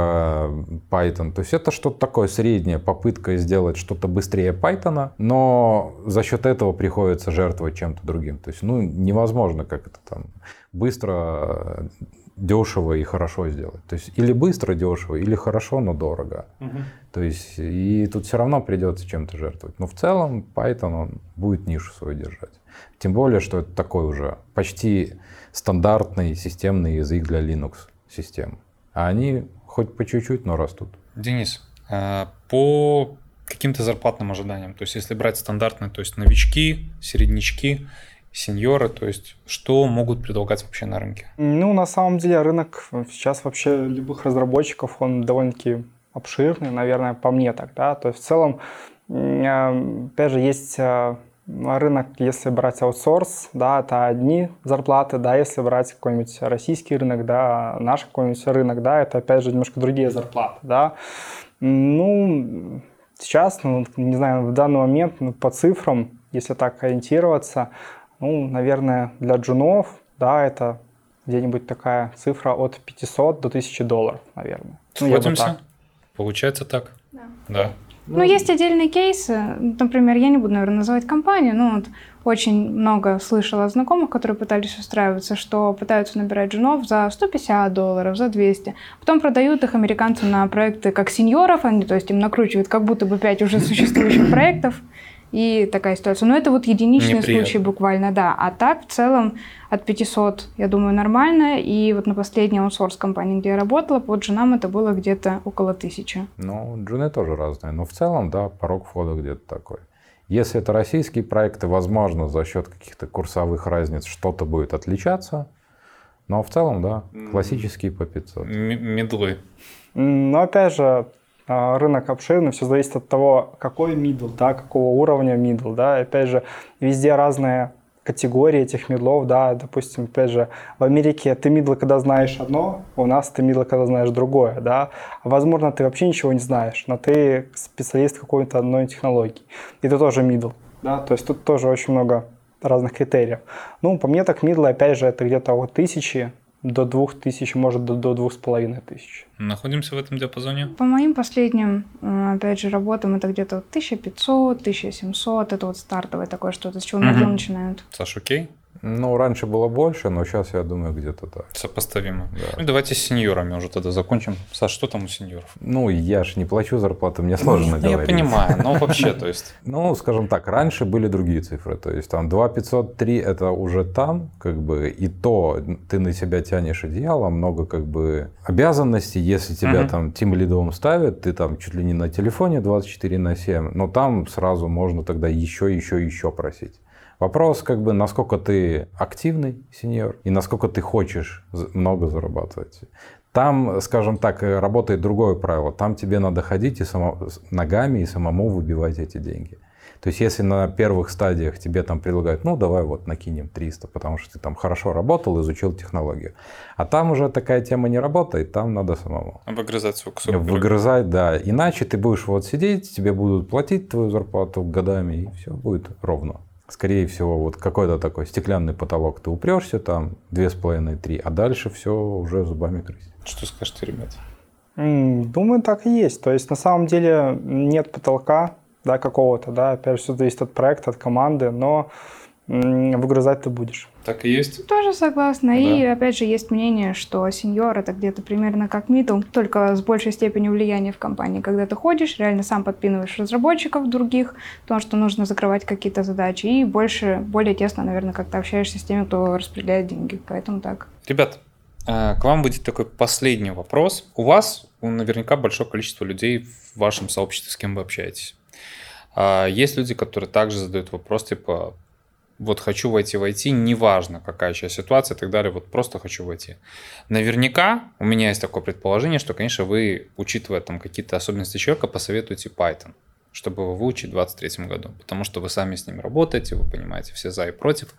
э, Python. То есть это что-то такое среднее, попытка сделать что-то быстрее Python, но за счет этого приходится жертвовать чем-то другим. То есть, ну, невозможно как это там быстро, дешево и хорошо сделать. То есть или быстро, дешево, или хорошо, но дорого. Угу. То есть и тут все равно придется чем-то жертвовать. Но в целом Python он будет нишу свою держать. Тем более, что это такой уже почти стандартный системный язык для Linux систем. А они хоть по чуть-чуть, но растут. Денис, по каким-то зарплатным ожиданиям, то есть если брать стандартные, то есть новички, середнячки, сеньоры, то есть что могут предлагать вообще на рынке? Ну, на самом деле рынок сейчас вообще любых разработчиков, он довольно-таки обширный, наверное, по мне так, да. То есть в целом, опять же, есть рынок, если брать аутсорс, да, это одни зарплаты, да, если брать какой-нибудь российский рынок, да, наш какой-нибудь рынок, да, это опять же немножко другие зарплаты, да. Ну, сейчас, ну, не знаю, в данный момент, ну, по цифрам, если так ориентироваться, ну, наверное, для джунов, да, это где-нибудь такая цифра от пятисот до тысячи долларов, наверное. Сходимся? Ну, Получается так? Да. Да. Ну, есть отдельные кейсы. Например, я не буду, наверное, называть компанию, но вот очень много слышала от знакомых, которые пытались устраиваться, что пытаются набирать джунов за сто пятьдесят долларов, за двести. Потом продают их американцам на проекты как сеньоров, они, то есть им накручивают как будто бы пять уже существующих проектов. и такая ситуация. Но это вот единичный Неприятно. случай буквально, да. А так, в целом, от пятисот, я думаю, нормально. И вот на последней аутсорс компании, где я работала, по джунам это было где-то около тысячи. Ну, джуны тоже разные. Но в целом, да, порог входа где-то такой. Если это российские проекты, возможно, за счет каких-то курсовых разниц что-то будет отличаться. Но в целом, да, классические по пятьсот. М- Медлы. Но опять же, а, рынок обширный, все зависит от того, какой middle, да, какого уровня middle, да. И опять же, везде разные категории этих мидлов, да, допустим, опять же, в Америке ты middle, когда знаешь одно, у нас ты middle, когда знаешь другое, да. Возможно, ты вообще ничего не знаешь, но ты специалист какой-то одной технологии, и ты тоже middle, да, то есть тут тоже очень много разных критериев. Ну, по мне так middle, опять же, это где-то от тысячи до двух тысяч, может, до, до двух с половиной тысяч. Находимся в этом диапазоне? По моим последним, э, опять же, работам, это где-то вот тысяча пятьсот, тысяча семьсот, это вот стартовое такое что-то, с чего Мгм. многие начинают. Саш, окей? Ну, раньше было больше, но сейчас, я думаю, где-то так. Сопоставимо. Да. Ну, давайте с сеньорами уже тогда закончим. Саш, что там у сеньоров? Ну, я же не плачу зарплату, мне сложно Ну, я говорить. понимаю, но вообще, то есть... Ну, скажем так, раньше были другие цифры. То есть там два пятьсот три это уже там, как бы, и то ты на себя тянешь одеяло, много как бы обязанностей. Если тебя Мгм. там тимлидом ставят, ты там чуть ли не на телефоне двадцать четыре на семь, но там сразу можно тогда еще, еще, еще просить. Вопрос, как бы, насколько ты активный сеньор и насколько ты хочешь з- много зарабатывать. Там, скажем так, работает другое правило. Там тебе надо ходить и само, с ногами и самому выбивать эти деньги. То есть, если на первых стадиях тебе там предлагают, ну, давай вот накинем триста, потому что ты там хорошо работал, изучил технологию. А там уже такая тема не работает, там надо самому. Выгрызать свой кусок. Выгрызать, да. Иначе ты будешь вот сидеть, тебе будут платить твою зарплату годами, и все будет ровно. Скорее всего, вот какой-то такой стеклянный потолок, ты упрешься там, две с половиной три, а дальше все уже зубами грызть. Что скажете, ребят? М, Думаю, так и есть. То есть на самом деле нет потолка, да, какого-то, да, опять же, все зависит от проекта, от команды, но м, выгрызать ты будешь. Так и есть. Тоже согласна. Да. И опять же есть мнение, что сеньор это где-то примерно как middle, только с большей степенью влияния в компании. Когда ты ходишь, реально сам подпинываешь разработчиков других, потому что нужно закрывать какие-то задачи, и больше, более тесно, наверное, как-то общаешься с теми, кто распределяет деньги. Поэтому так. Ребят, э, к вам будет такой последний вопрос. У вас ну, наверняка большое количество людей в вашем сообществе, с кем вы общаетесь. А есть люди, которые также задают вопрос, типа, вот хочу войти в ай ти, неважно, какая сейчас ситуация и так далее, вот просто хочу войти. Наверняка у меня есть такое предположение, что, конечно, вы, учитывая там какие-то особенности человека, посоветуете Python, чтобы его выучить в двадцать третьем году, потому что вы сами с ним работаете, вы понимаете все за и против.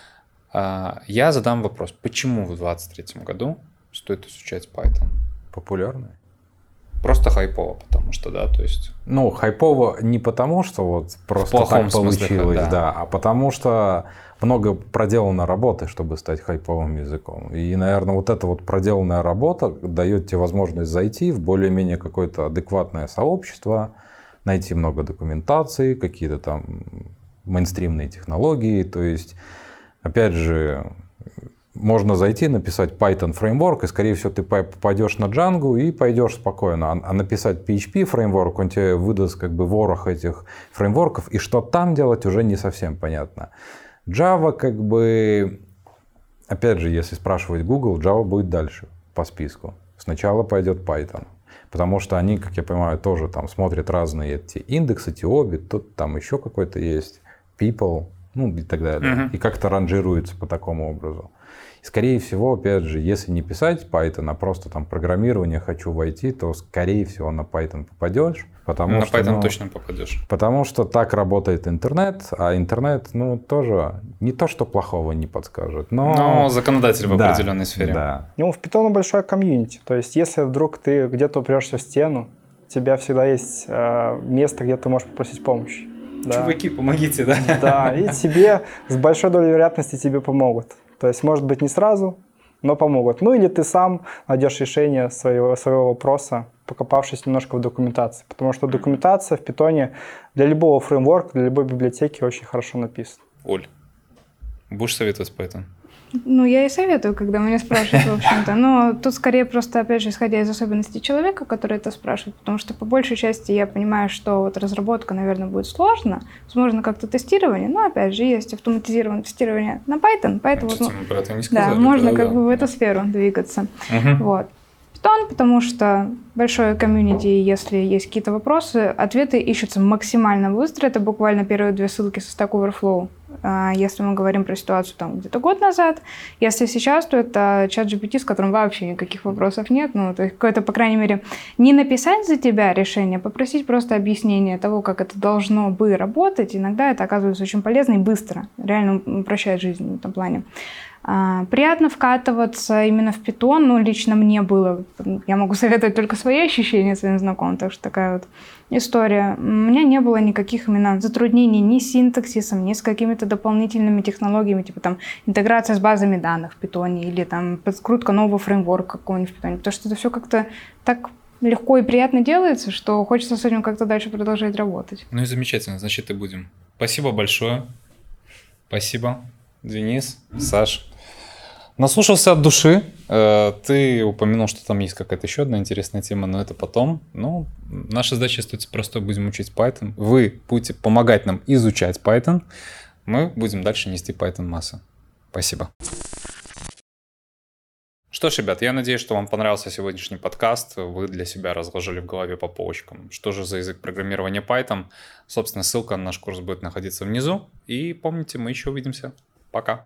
А, Я задам вопрос, почему в двадцать третьем году стоит изучать Python? Популярный. Просто хайпово, потому что, да, то есть... Ну, хайпово не потому, что вот просто плохом так смысле, получилось, да. да, а потому что много проделано работы, чтобы стать хайповым языком. И, наверное, вот эта вот проделанная работа дает тебе возможность зайти в более-менее какое-то адекватное сообщество, найти много документации, какие-то там мейнстримные технологии. То есть, опять же, можно зайти, написать Python фреймворк, и, скорее всего, ты попадешь на Django и пойдешь спокойно. А написать пи эйч пи фреймворк, он тебе выдаст как бы ворох этих фреймворков, и что там делать, уже не совсем понятно. Java, как бы, опять же, если спрашивать Google, Java будет дальше по списку. Сначала пойдет Python. Потому что они, как я понимаю, тоже там смотрят разные эти индексы, Tiobit, тут там еще какой-то есть, People, ну и так далее. Мгм. И как-то ранжируется по такому образу. И, скорее всего, опять же, если не писать Python, а просто там программирование хочу войти, то, скорее всего, на Python попадешь. Потому На что, Python ну, точно попадешь. Потому что так работает интернет, а интернет, ну, тоже не то, что плохого не подскажет, но... Но законодатель в Да, определенной сфере. Да. Ну, в Python большое комьюнити. То есть, если вдруг ты где-то упрешься в стену, у тебя всегда есть э, место, где ты можешь попросить помощи. Да. Чуваки, помогите, да? Да, и тебе с большой долей вероятности тебе помогут. То есть, может быть, не сразу, но помогут. Ну, или ты сам найдешь решение своего, своего вопроса, покопавшись немножко в документации. Потому что документация в Python для любого фреймворка, для любой библиотеки очень хорошо написана. Оль, будешь советовать Python? Ну, я и советую, когда меня спрашивают, в общем-то. Но тут скорее просто, опять же, исходя из особенностей человека, который это спрашивает, потому что по большей части я понимаю, что вот разработка, наверное, будет сложно, возможно, как-то тестирование, но, опять же, есть автоматизированное тестирование на Python, поэтому Кстати, вот, мы про это не сказали. да, можно да, как да, бы в да. эту сферу двигаться. Угу. Вот. Python, потому что большое комьюнити, если есть какие-то вопросы, ответы ищутся максимально быстро. Это буквально первые две ссылки со Stack Overflow. Если мы говорим про ситуацию там где-то год назад. Если сейчас, то это чат джи пи ти, с которым вообще никаких вопросов нет. Ну, то есть какое-то, по крайней мере, не написать за тебя решение, а попросить просто объяснение того, как это должно бы работать. Иногда это оказывается очень полезно и быстро. Реально упрощает жизнь в этом плане. Приятно вкатываться именно в Python, ну, лично мне было, я могу советовать только свои ощущения своим знакомым, так что такая вот история. У меня не было никаких именно затруднений ни с синтаксисом, ни с какими-то дополнительными технологиями, типа там интеграция с базами данных в Python или там подкрутка нового фреймворка какого-нибудь в Python, потому что это все как-то так легко и приятно делается, что хочется с этим как-то дальше продолжать работать. Ну и замечательно, значит и будем. Спасибо большое. Спасибо, Денис, Саш. Наслушался от души. Ты упомянул, что там есть какая-то еще одна интересная тема, но это потом. Ну, наша задача остается простой. Будем учить Python. Вы будете помогать нам изучать Python. Мы будем дальше нести Python массы. Спасибо. Что ж, ребят, я надеюсь, что вам понравился сегодняшний подкаст. Вы для себя разложили в голове по полочкам, что же за язык программирования Python. Собственно, ссылка на наш курс будет находиться внизу. И помните, мы еще увидимся. Пока.